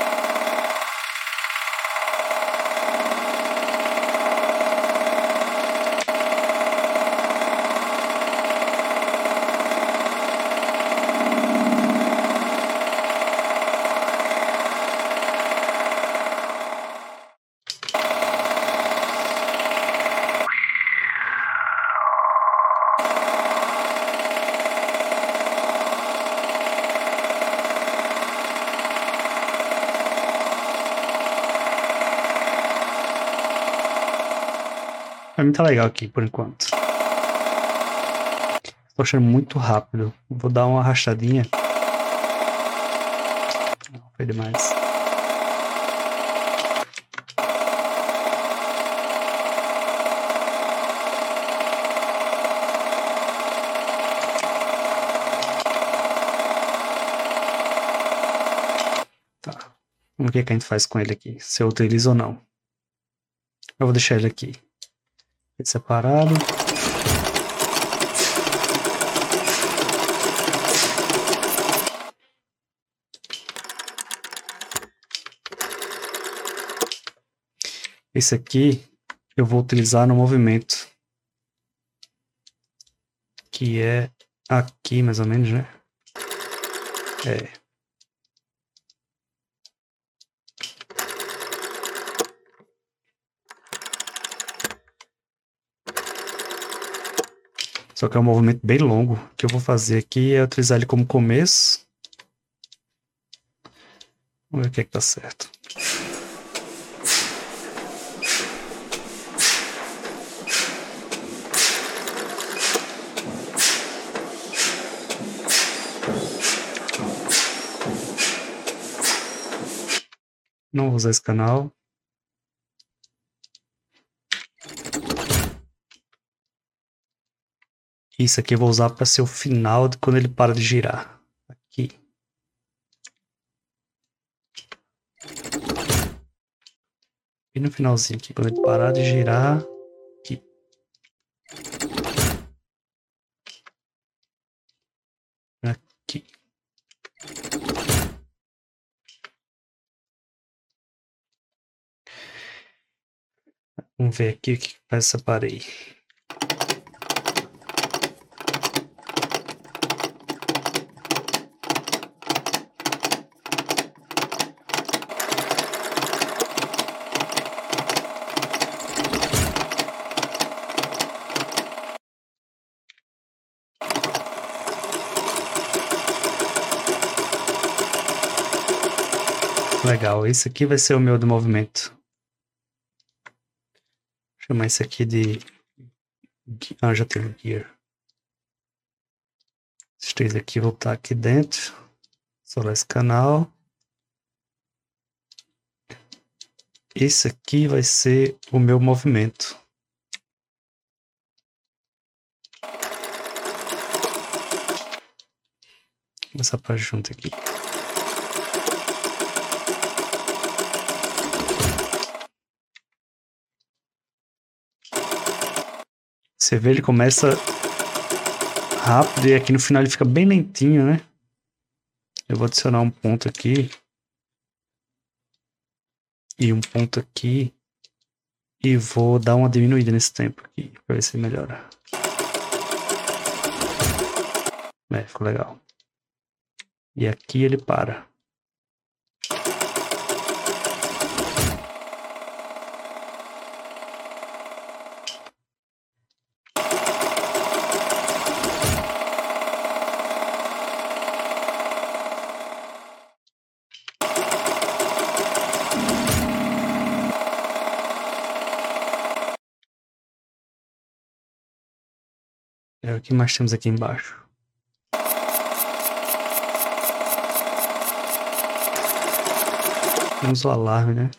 Pra mim tá legal aqui, por enquanto. Tô achando muito rápido. Vou dar uma arrastadinha. Não, foi demais. Tá. Vamos ver o que a gente faz com ele aqui. Se eu utilizo ou não. Eu vou deixar ele aqui. Separado. Esse aqui eu vou utilizar no movimento, que é aqui mais ou menos, né? É. Só que é um movimento bem longo. O que eu vou fazer aqui é utilizar ele como começo. Vamos ver o que é que tá certo. Não vou usar esse canal. Isso aqui eu vou usar para ser o final de quando ele para de girar. Aqui. E no finalzinho aqui, quando ele parar de girar. Aqui. Aqui. Vamos ver aqui o que faz essa parede. Legal, esse aqui vai ser o meu do movimento. Vou chamar esse aqui de... Ah, já tem o gear. Esses três aqui vou botar aqui dentro. Solar esse canal. Esse aqui vai ser o meu movimento. Vou começar para junto aqui. Você vê, ele começa rápido e aqui no final ele fica bem lentinho, né? Eu vou adicionar um ponto aqui. E um ponto aqui. E vou dar uma diminuída nesse tempo aqui, para ver se melhora. Ficou legal. E aqui ele para. O que mais temos aqui embaixo? Temos o alarme, né?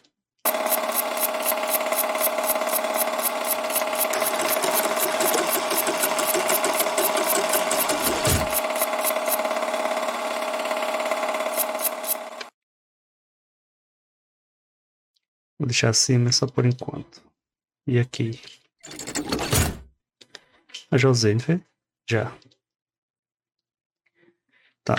Vou deixar assim, mas só por enquanto. E aqui? Eu já usei, não foi? Já. Tá.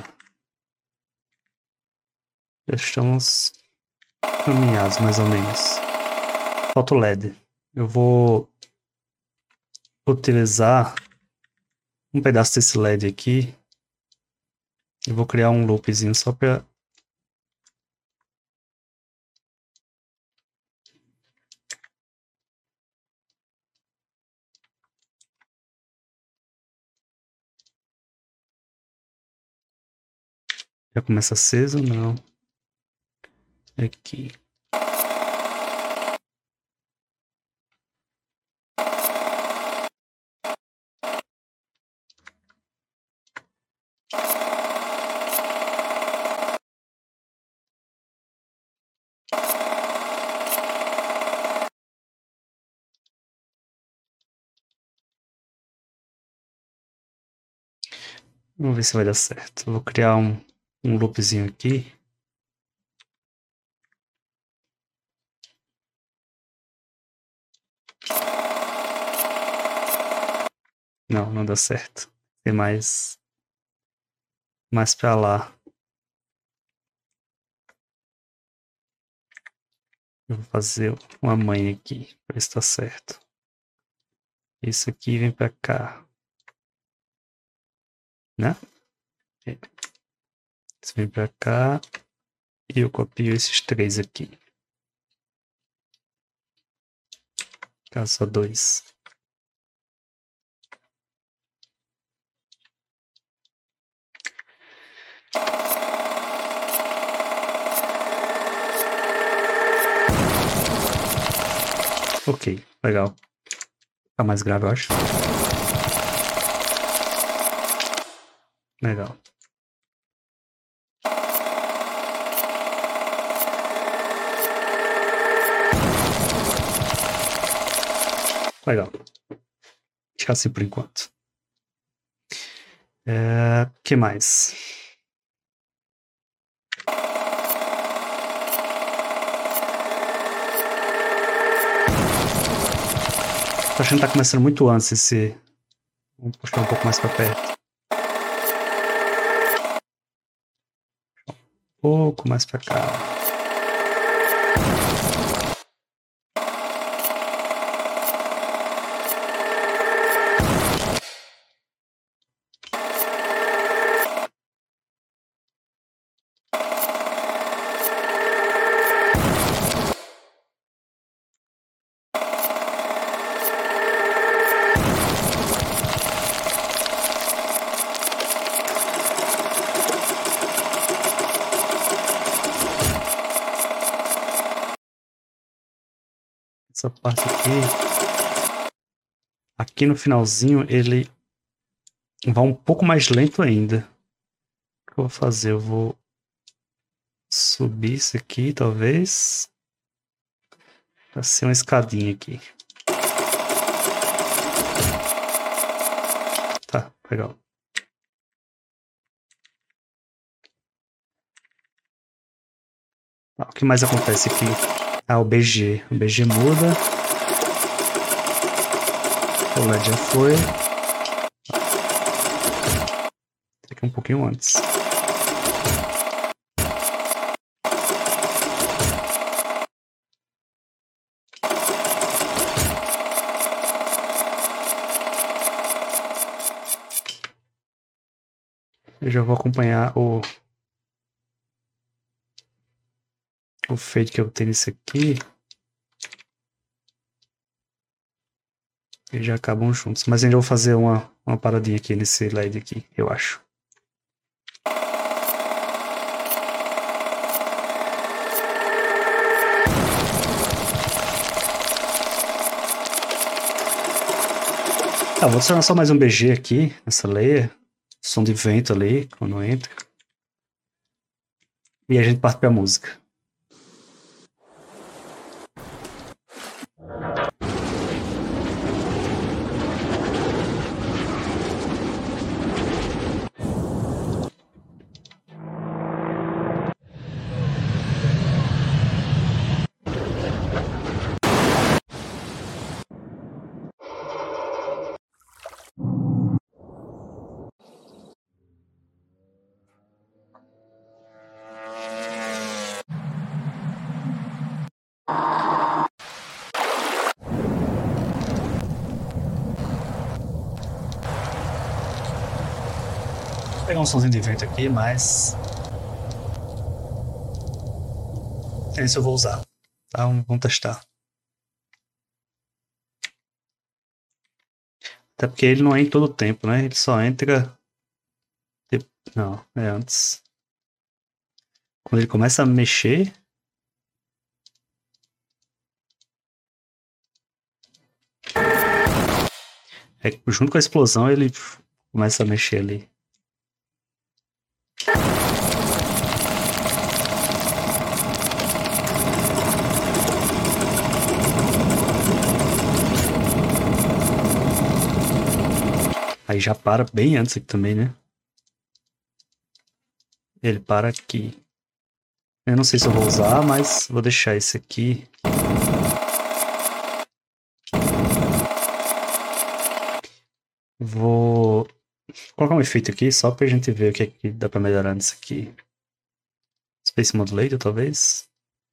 Já estamos caminhados, mais ou menos. Falta o LED. Eu vou utilizar um pedaço desse LED aqui. E vou criar um loopzinho só para... Já começa aceso? Não. Aqui. Vamos ver se vai dar certo. Eu vou criar um loopzinho aqui. Não, não dá certo. Tem mais pra lá. Eu vou fazer uma mãe aqui, pra ver se tá certo. Isso aqui vem pra cá. Né? Isso vem pra cá. E eu copio esses três aqui. Caso só dois. Ok, legal. Tá mais grave, eu acho. Legal. Legal. Deixar assim por enquanto. Que mais? Tô achando que tá começando muito antes esse... Vamos puxar um pouco mais pra perto. Um pouco mais pra cá. Essa parte aqui no finalzinho, ele vai um pouco mais lento ainda. O que eu vou fazer? Eu vou subir isso aqui, talvez, pra ser uma escadinha aqui. Tá, legal. O que mais acontece aqui? O BG. O BG muda. O LED já foi. Aqui um pouquinho antes. Eu já vou acompanhar o fade que eu tenho nisso aqui. Eles já acabam juntos. Mas ainda vou fazer uma paradinha aqui nesse LED aqui, eu acho. Tá, vou adicionar só mais um BG aqui, nessa layer. Som de vento ali, quando entra. E a gente parte pra música. Vou pegar um somzinho de vento aqui, mas esse eu vou usar. Tá? Vamos testar. Até porque ele não é em todo o tempo, né? Ele só entra... Não, é antes. Quando ele começa a mexer... junto com a explosão, ele começa a mexer ali. Aí já para bem antes aqui também, né? Ele para aqui. Eu não sei se eu vou usar, mas vou deixar esse aqui. Vou colocar um efeito aqui só pra gente ver o que é que dá pra melhorar nisso aqui. Space Modulator, talvez.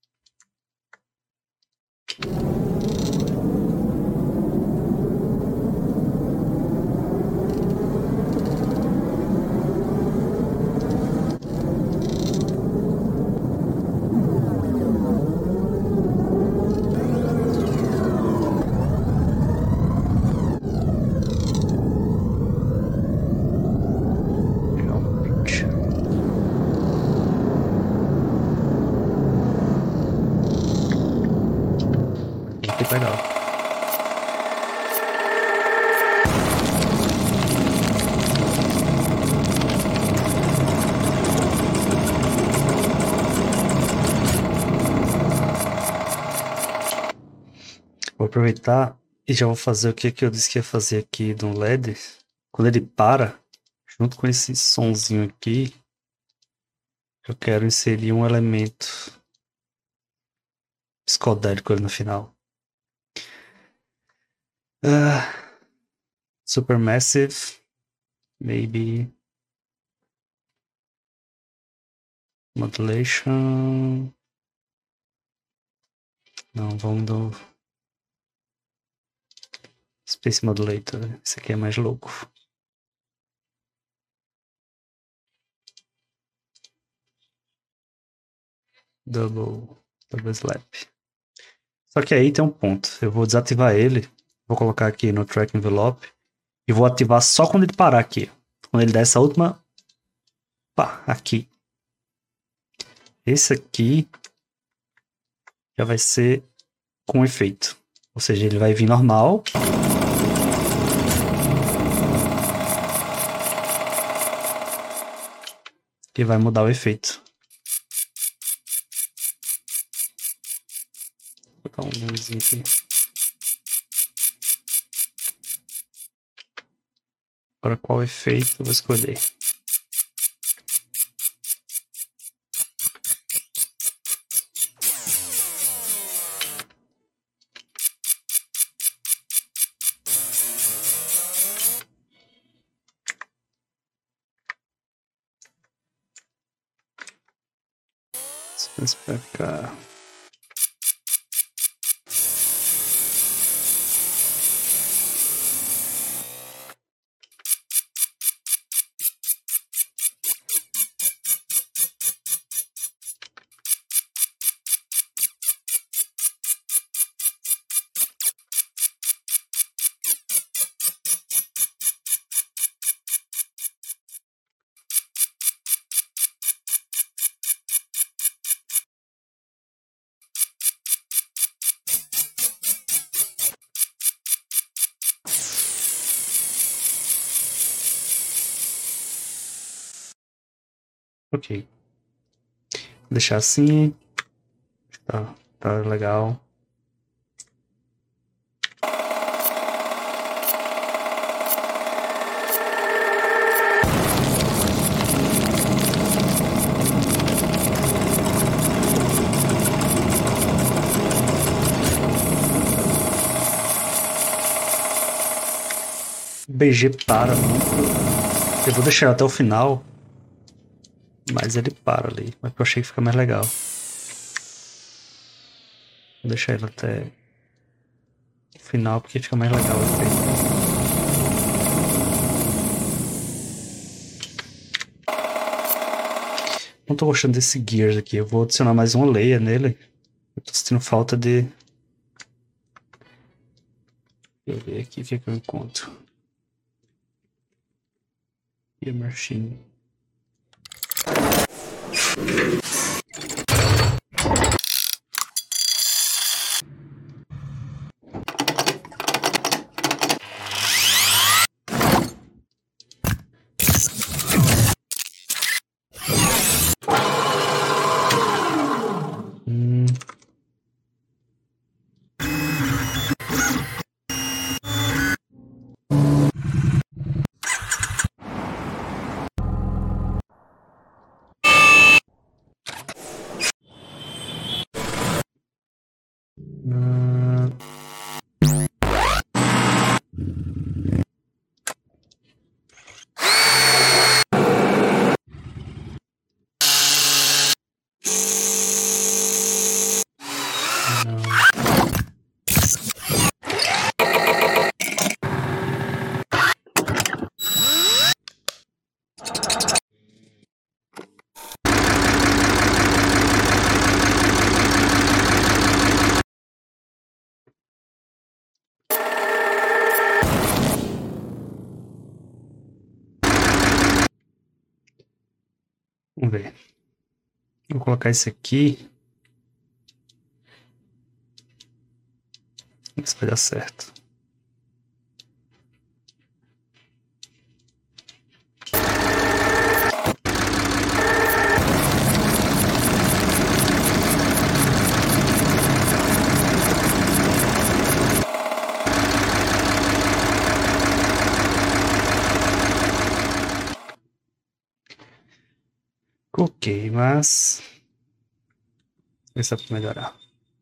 Legal. Vou aproveitar e já vou fazer o que eu disse que ia fazer aqui no LED. Quando ele para, junto com esse sonzinho aqui, eu quero inserir um elemento psicodélico ali no final. Supermassive, maybe modulation. Não, vamos do Space Modulator. Esse aqui é mais louco. Double Slap. Só que aí tem um ponto. Eu vou desativar ele. Vou colocar aqui no Track Envelope. E vou ativar só quando ele parar aqui. Quando ele der essa última... Pá, aqui. Esse aqui já vai ser com efeito. Ou seja, ele vai vir normal. E vai mudar o efeito. Vou botar um nomezinho aqui. Agora qual efeito eu vou escolher? Vamos pra cá. Ok. Vou deixar assim. Tá legal. O BG para muito. Eu vou deixar até o final. Mas ele para ali. Mas eu achei que fica mais legal. Vou deixar ele até o final porque fica mais legal o efeito. Não tô gostando desse Gears aqui. Eu vou adicionar mais uma layer nele. Eu tô sentindo falta de... Deixa eu ver aqui o que é que eu encontro. Gear Machine. Vamos ver. Vou colocar esse aqui. Ver se vai dar certo. ficou ok, mas... Vê se dá pra melhorar.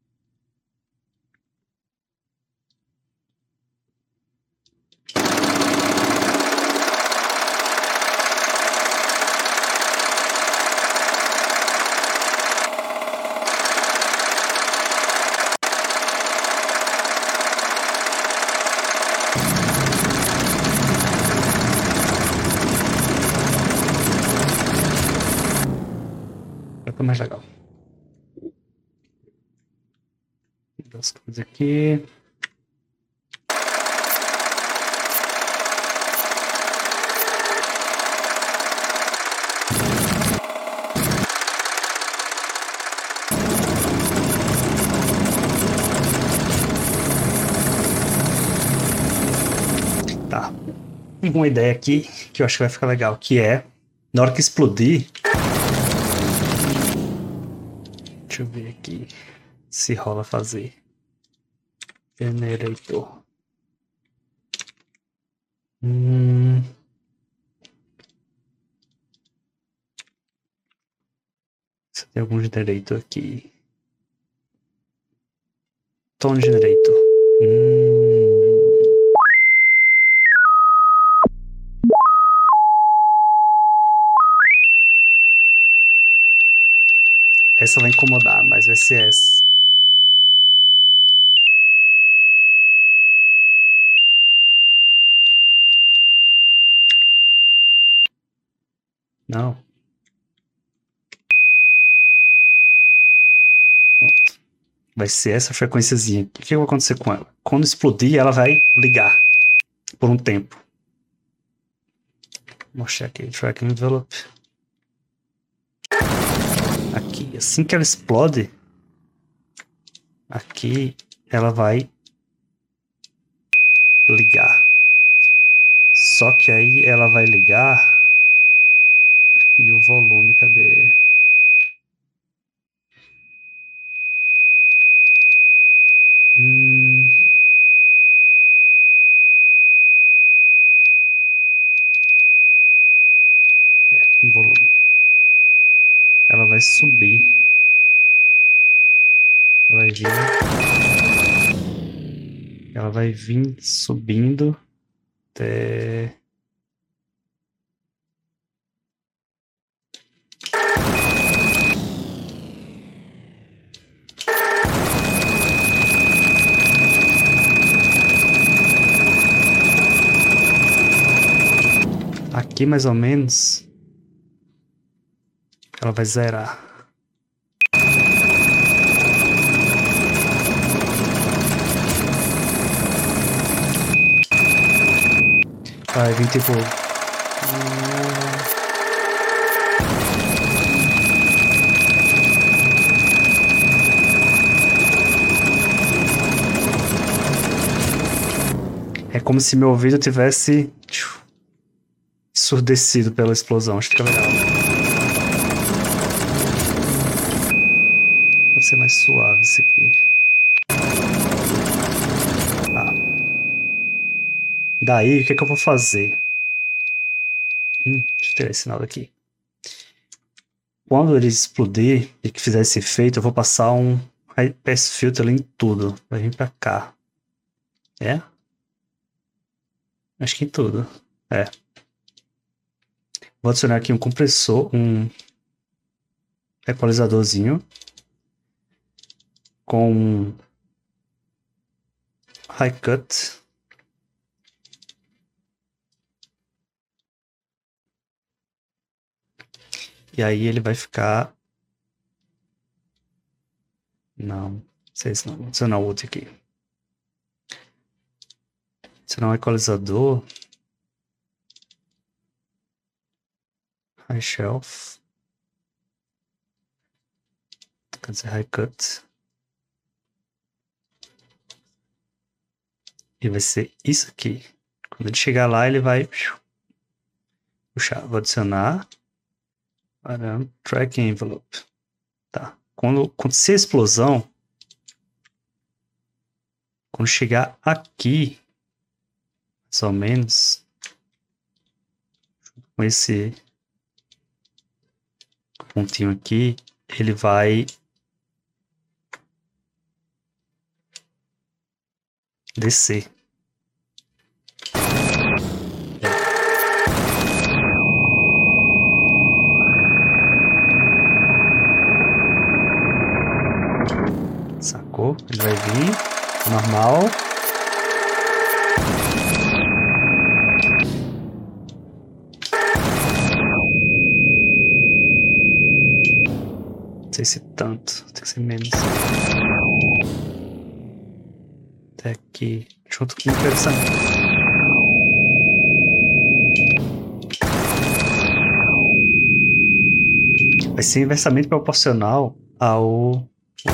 Vai ficar mais legal. Das coisas aqui. Tá. Uma ideia aqui que eu acho que vai ficar legal, que é, na hora que explodir... Deixa eu ver aqui se rola fazer. Generator. Se tem algum generator aqui. Tone generator. Essa vai incomodar, mas vai ser essa. Não. Pronto. Vai ser essa frequênciazinha. O que vai acontecer com ela? Quando explodir, ela vai ligar por um tempo. Vou mostrar aqui. Track envelope. Aqui. Assim que ela explode, aqui ela vai ligar. Só que aí ela vai ligar e o volume, cadê? O volume. Ela vai subir. Ela vai vir. Ela vai vir subindo até. Aqui mais ou menos. Ela vai zerar. Vai vir tipo. É como se meu ouvido tivesse ensurdecido pela explosão. Acho que fica legal. Pode ser mais suave isso aqui. Tá. Daí, o que é que eu vou fazer? Deixa eu tirar esse sinal daqui. Quando ele explodir e que fizer esse efeito, eu vou passar um high pass filter em tudo. Vai vir pra cá. É? Acho que em tudo. É. Vou adicionar aqui um compressor, um equalizadorzinho com high cut. E aí ele vai ficar... Não sei se não. Vou adicionar outro aqui. Adicionar um equalizador. High shelf. Quer dizer, high cut. E vai ser isso aqui. Quando ele chegar lá, ele vai puxar. Vou adicionar para track envelope. Tá. Quando acontecer a explosão, quando chegar aqui, mais ou menos, com esse pontinho aqui, ele vai descer. Sacou? Ele vai vir normal. Não sei se tanto, tem que ser menos. Até aqui, junto com o pensamento. Vai ser inversamente proporcional ao tom.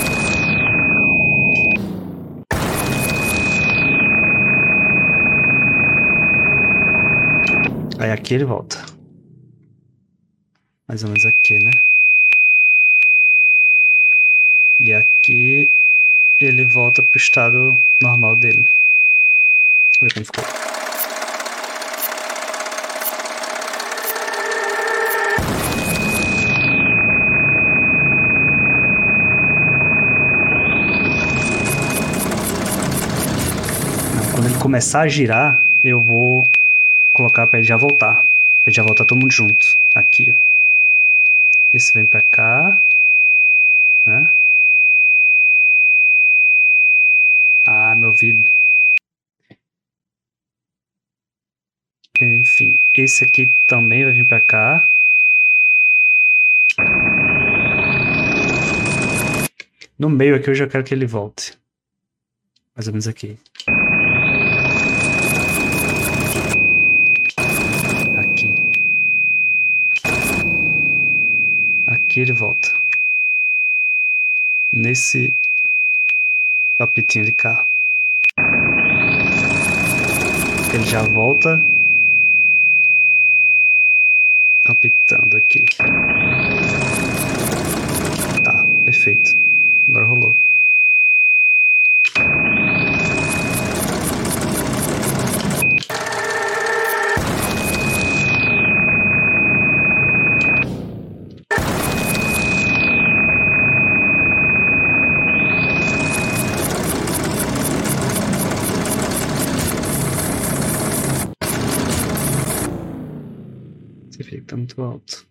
Aí aqui ele volta. Mais ou menos aqui, né? E aqui ele volta pro estado normal dele. Vamos ver como ficou. Quando ele começar a girar, eu vou colocar pra ele já voltar. Pra ele já voltar todo mundo junto. Aqui, ó. Esse vem pra cá. Né? Ah, meu ouvido. Enfim, esse aqui também vai vir pra cá. No meio aqui eu já quero que ele volte. Mais ou menos aqui. Aqui. Aqui ele volta. Nesse papitinho de cá. Ele já volta apitando aqui. Tá, perfeito. Agora rolou. Esse efeito tá muito alto.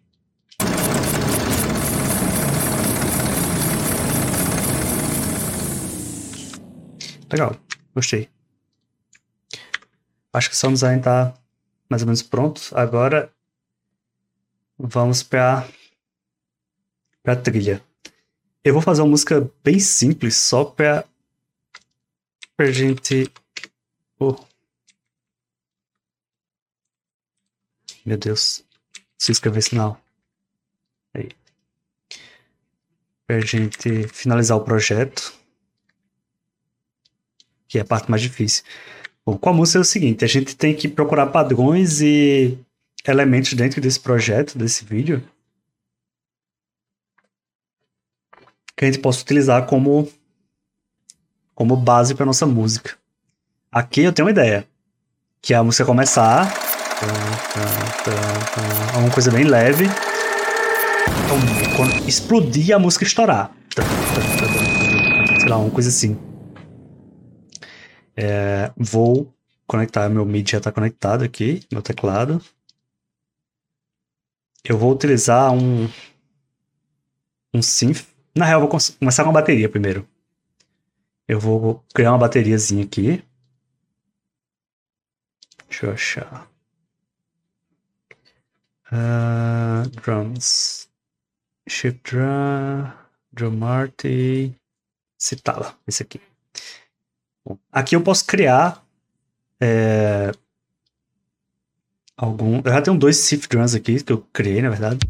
Legal, gostei. Acho que o sound design tá mais ou menos pronto. Agora vamos pra trilha. Eu vou fazer uma música bem simples, só pra gente... Oh. Meu Deus. Preciso escrever sinal. Aí. Pra gente finalizar o projeto. Que é a parte mais difícil. Bom, com a música é o seguinte, a gente tem que procurar padrões e elementos dentro desse projeto, desse vídeo, que a gente possa utilizar como base para nossa música. Aqui eu tenho uma ideia, que é a música começar, uma coisa bem leve, então, quando explodir a música estourar, sei lá, uma coisa assim. Vou conectar, meu MIDI já está conectado aqui, meu teclado. Eu vou utilizar um synth. Na real, eu vou começar com a bateria primeiro. Eu vou criar uma bateriazinha aqui. Deixa eu achar. Drums. Shift drum. Drumarte. Citala. Esse aqui. Bom, aqui eu posso criar eu já tenho 2 synth drums aqui que eu criei, na verdade.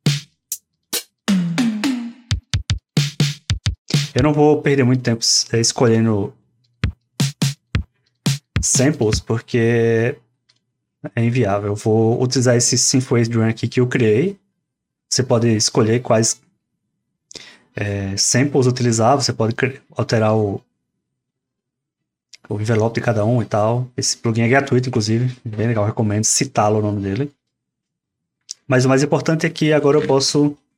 Eu não vou perder muito tempo escolhendo samples, porque é inviável. Eu vou utilizar esse synthwave drum aqui que eu criei. Você pode escolher quais samples utilizar, você pode alterar o envelope de cada um e tal. Esse plugin é gratuito, inclusive. Bem legal, recomendo. Citá-lo o nome dele. Mas o mais importante é que agora eu posso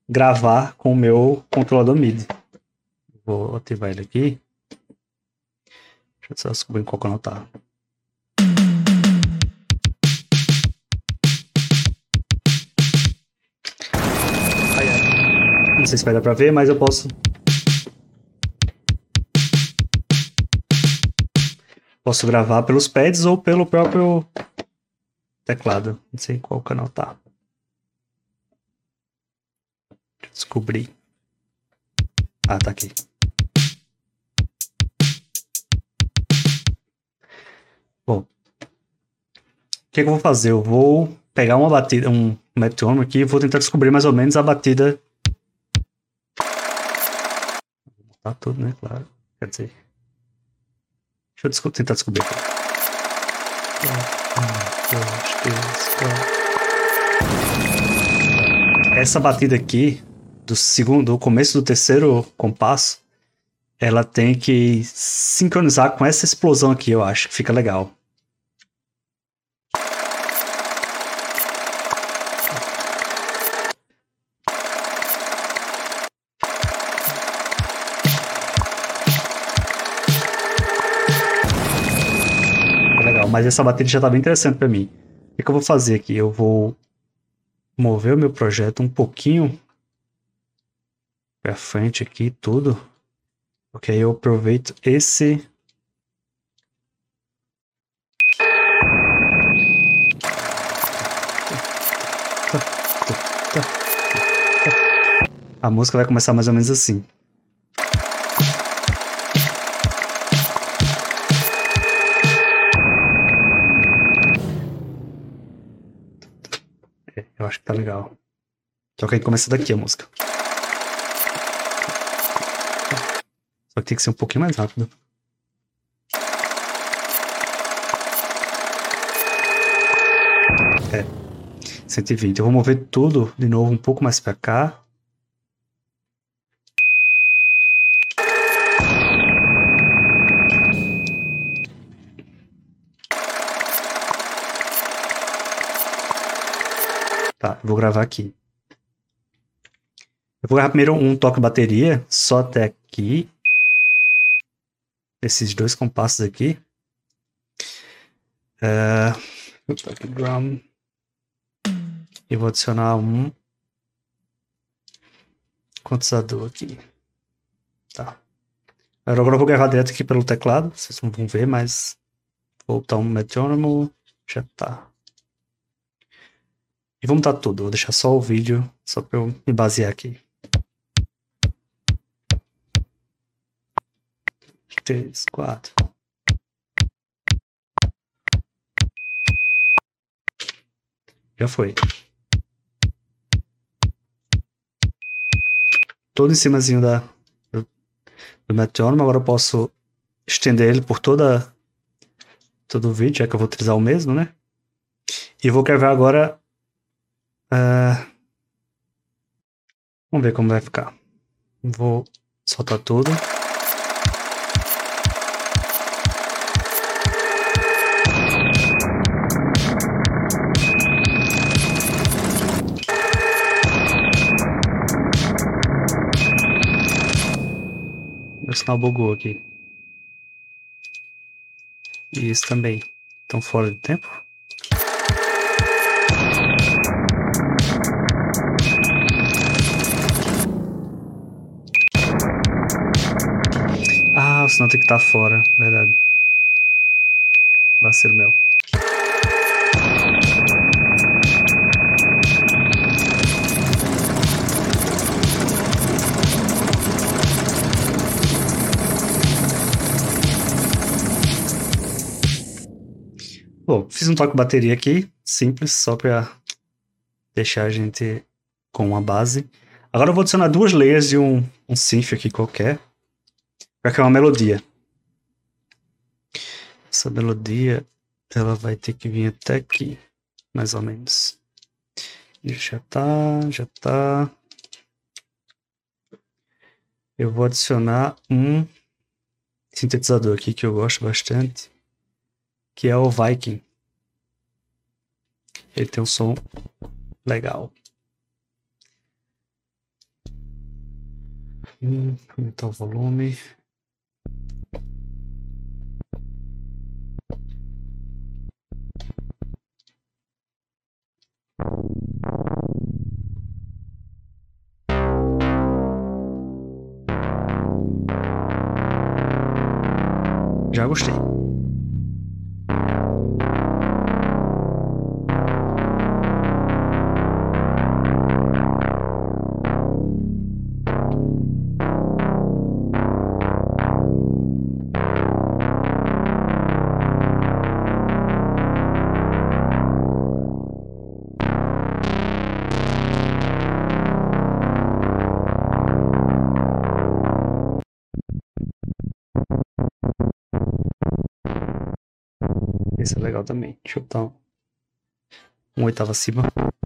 gravar com o meu controlador MIDI. Vou ativar ele aqui. Deixa eu só descobrir em qual canal tá. Ai, ai. Não sei se vai dar pra ver, mas eu posso... Posso gravar pelos pads ou pelo próprio teclado. Não sei em qual canal tá. Deixa eu descobrir. Ah, tá aqui. Bom. O que eu vou fazer? Eu vou pegar uma batida, um metronome aqui e vou tentar descobrir mais ou menos a batida. Vou botar tudo, né? Claro. Quer dizer... Deixa eu tentar descobrir aqui. 1, 2, 3, 4. Essa batida aqui, do começo do terceiro compasso, ela tem que sincronizar com essa explosão aqui, eu acho que fica legal. Legal, mas essa batida já tá bem interessante pra mim. O que eu vou fazer aqui? Eu vou mover o meu projeto um pouquinho pra frente aqui, tudo. Porque aí eu aproveito esse... A música vai começar mais ou menos assim. Eu acho que tá legal. Só que aí começa daqui a música. Só que tem que ser um pouquinho mais rápido. É. 120. Eu vou mover tudo de novo um pouco mais pra cá. Tá, eu vou gravar aqui. Eu vou gravar primeiro um toque de bateria, só até aqui. Esses dois compassos aqui. O toque drum. E vou adicionar um quantizador aqui. Tá. Agora eu vou gravar direto aqui pelo teclado. Vocês não vão ver, mas... Vou botar um metrônomo. Já tá. E vou montar tudo. Vou deixar só o vídeo, só pra eu me basear aqui. 3, 4. Já foi. Todo em cimazinho do metrônomo. Agora eu posso estender ele por todo o vídeo, já que eu vou utilizar o mesmo, né? E vou gravar agora... Vamos ver como vai ficar. Vou soltar tudo. Meu sinal bugou aqui. E isso também. Estão fora de tempo. Ah, o sinal tem que estar fora. Verdade. Vacilo meu. Bom, fiz um toque de bateria aqui, simples, só pra deixar a gente com uma base. Agora eu vou adicionar duas layers de um synth aqui qualquer, pra criar uma melodia. Essa melodia, ela vai ter que vir até aqui, mais ou menos. Já tá. Eu vou adicionar um sintetizador aqui que eu gosto bastante, que é o Viking. Ele tem um som legal. Aumentar o volume. Já gostei. Esse é legal também. Deixa eu botar um oitavo acima.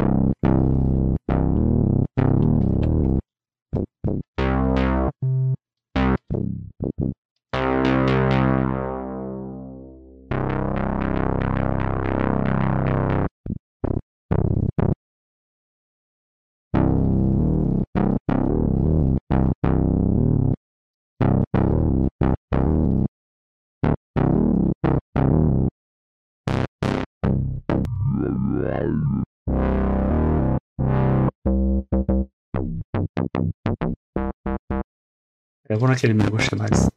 Eu vou naquele mesmo, gostei mais.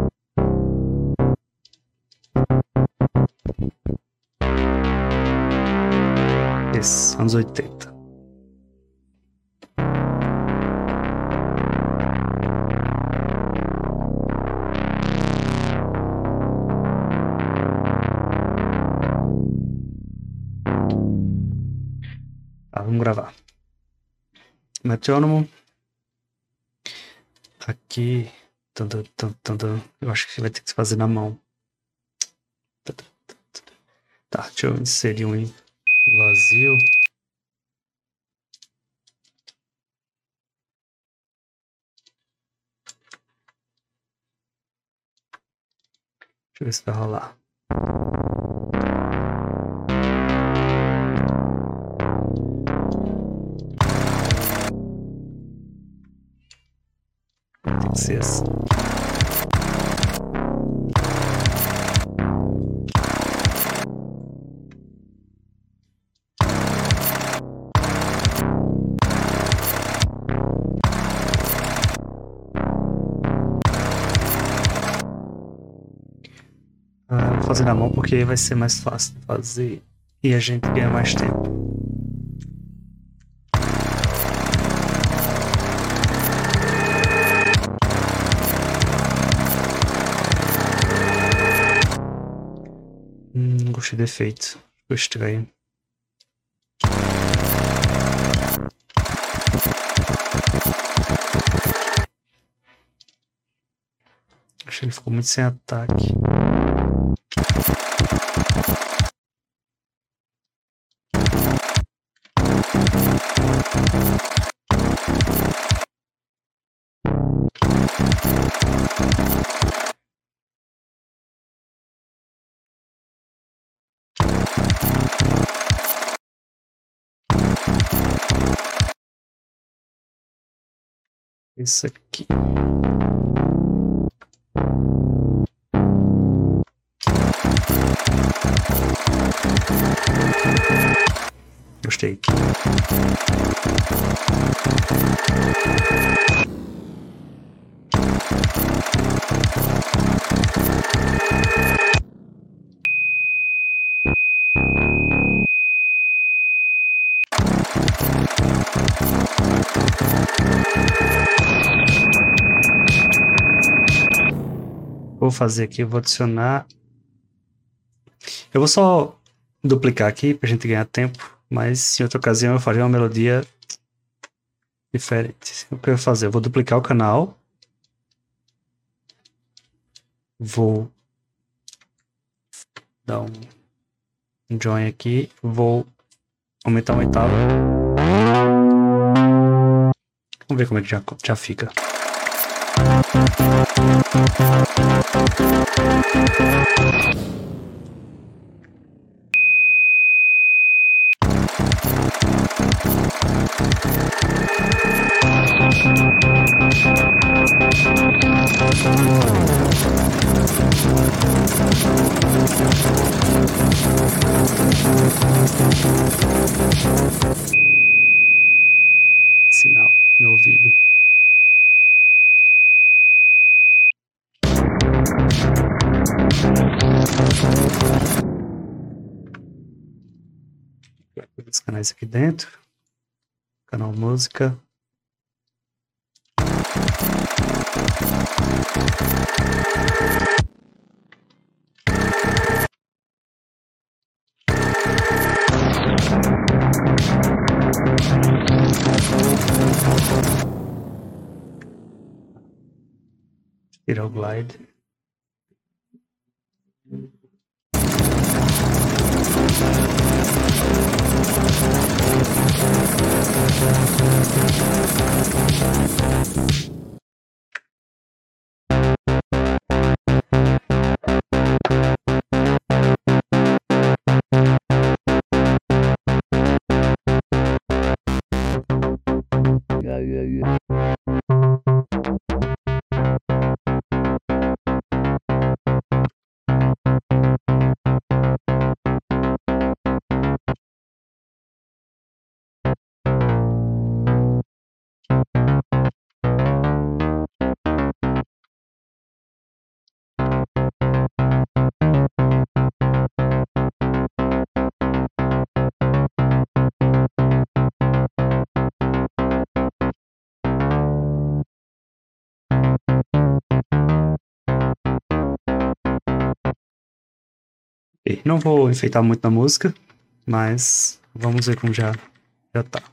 Esse, anos 80. Tá, vamos gravar. Metrônomo. Aqui. Eu acho que vai ter que se fazer na mão. Tá, deixa eu inserir um vazio. Deixa eu ver se vai rolar. Tem que ser assim. Vou fazer na mão porque vai ser mais fácil de fazer e a gente ganha mais tempo. Não gostei do efeito. Ficou estranho. Acho que ele ficou muito sem ataque. Isso aqui. Gostei. Vou fazer aqui, eu vou adicionar. Eu vou só duplicar aqui pra gente ganhar tempo, mas em outra ocasião eu faria uma melodia diferente. O que eu vou fazer? Eu vou duplicar o canal. Vou dar um join aqui. Vou aumentar uma oitava. Vamos ver como é que já fica. Sinal no ouvido. Os canais aqui dentro. Canal música. Tirar o glide. Não vou enfeitar muito na música, mas vamos ver como já tá.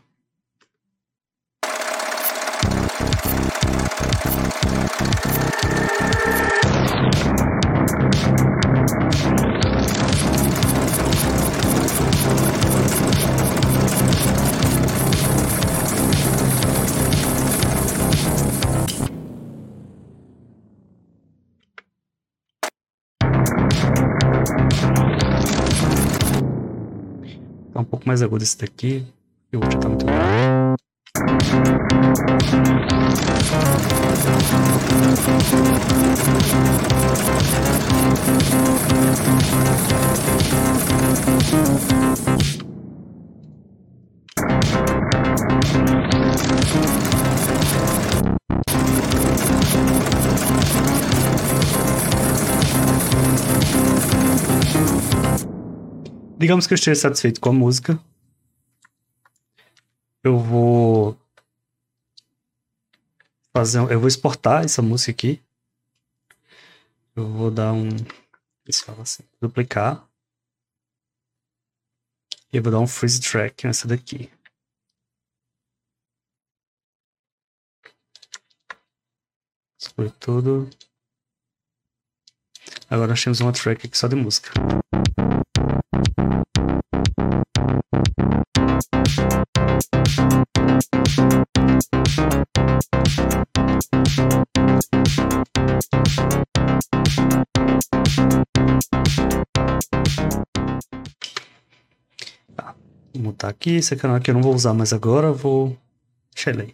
Tá um pouco mais agudo esse daqui, e o outro tá muito grave. Digamos que eu esteja satisfeito com a música. Eu vou exportar essa música aqui. Eu vou dar eles falam assim, duplicar. E eu vou dar um freeze track nessa daqui. Exclui tudo. Agora nós temos uma track aqui só de música. Tá, vou mutar aqui. Esse canal aqui eu não vou usar mais agora, eu vou deixar ele aí.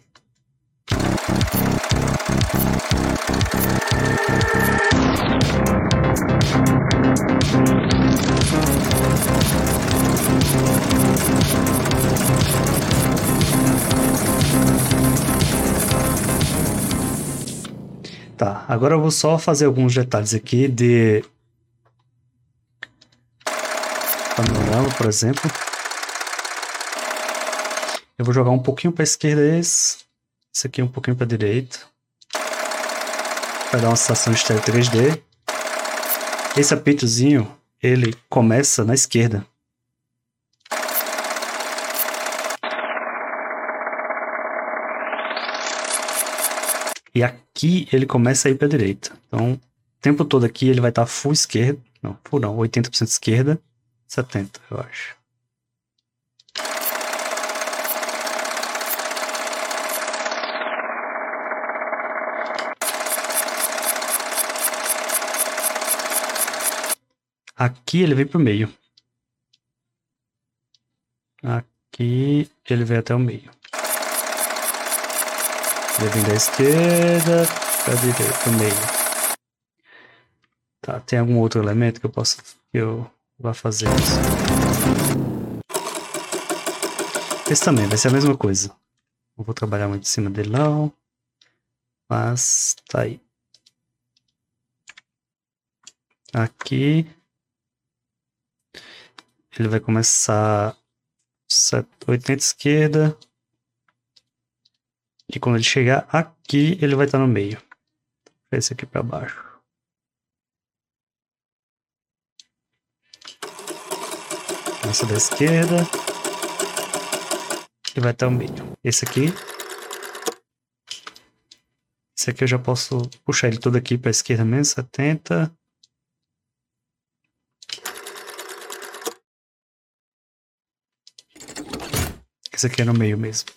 Tá, agora eu vou só fazer alguns detalhes aqui de panorama, por exemplo. Eu vou jogar um pouquinho para a esquerda esse aqui um pouquinho para a direita. Vai dar uma sensação de estéreo 3D. Esse apitozinho, ele começa na esquerda. E aqui ele começa a ir para a direita. Então, o tempo todo aqui ele vai estar full esquerda. Não, full não, 80% esquerda, 70%, eu acho. Aqui ele vem pro meio. Aqui ele vem até o meio. Ele vem da esquerda para a direita, pro meio. Tá, tem algum outro elemento que eu posso eu vou fazer isso. Esse também vai ser a mesma coisa. Não vou trabalhar muito em cima dele não. Mas tá aí. Aqui. Ele vai começar 80 esquerda. E quando ele chegar aqui, ele vai estar no meio. Esse aqui para baixo. Começa da esquerda. E vai estar no meio. Esse aqui eu já posso puxar ele todo aqui para a esquerda mesmo, 70. Esse aqui é no meio mesmo.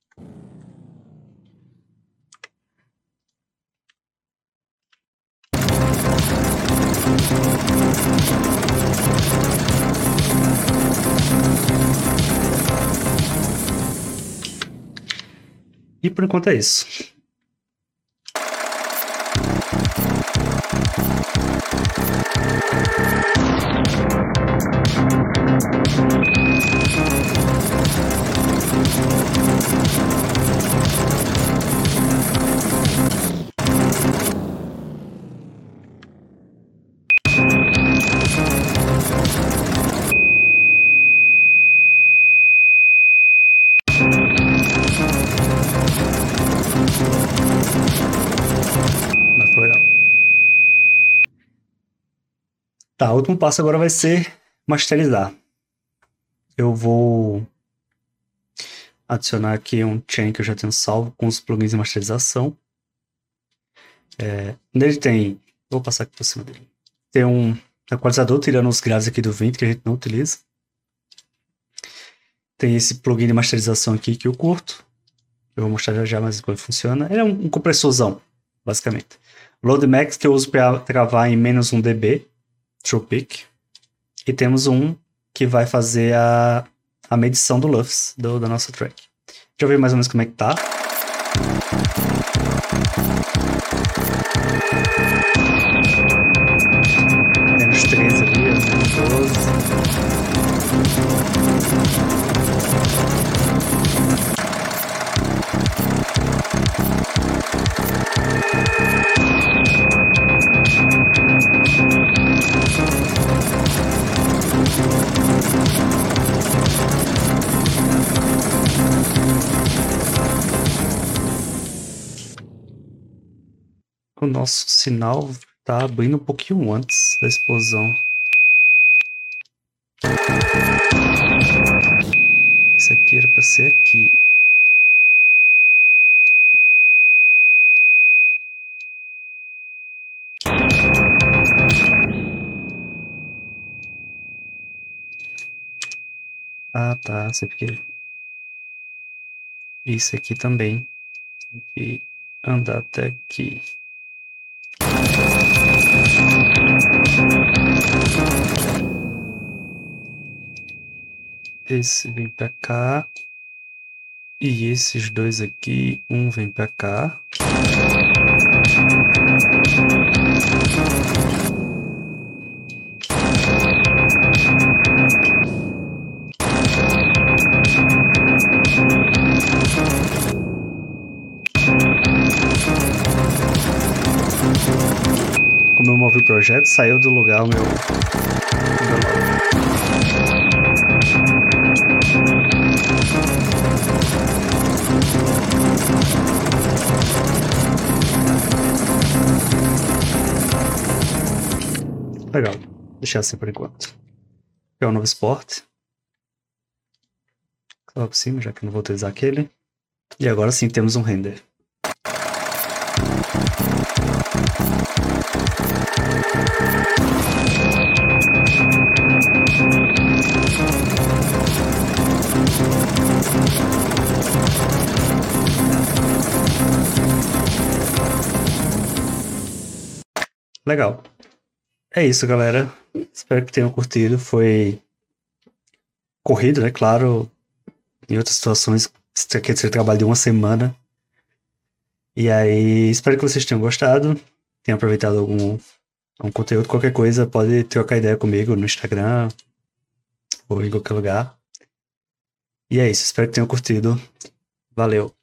E por enquanto é isso. Mas foi legal. Tá, o último passo agora vai ser masterizar. Eu vou adicionar aqui um chain que eu já tenho salvo com os plugins de masterização. Nele tem... Vou passar aqui por cima dele. Tem um equalizador tirando os graves aqui do vento que a gente não utiliza. Tem esse plugin de masterização aqui que eu curto. Eu vou mostrar já já mais como funciona. Ele é um compressorzão, basicamente. Load Max que eu uso para travar em menos 1 dB. True Peak. E temos um que vai fazer a medição do lufs da nossa track. Deixa eu ver mais ou menos como é que tá. Menos 13 ali, menos 12. O nosso sinal tá abrindo um pouquinho antes da explosão. Isso aqui era para ser aqui. Ah, tá. Sei porque. Isso aqui também. Tem que andar até aqui. Esse vem pra cá. E esses dois aqui, um vem pra cá. Como eu movi o projeto, saiu do lugar o meu legal, deixar assim por enquanto. Pegar um novo export. Lá por cima, já que não vou utilizar aquele. E agora sim temos um render. Legal. É isso, galera. Espero que tenham curtido. Foi corrido, né? Claro, em outras situações, quer dizer, trabalho de uma semana. E aí, espero que vocês tenham gostado, tenham aproveitado É um conteúdo, qualquer coisa, pode trocar ideia comigo no Instagram ou em qualquer lugar. E é isso, espero que tenham curtido. Valeu!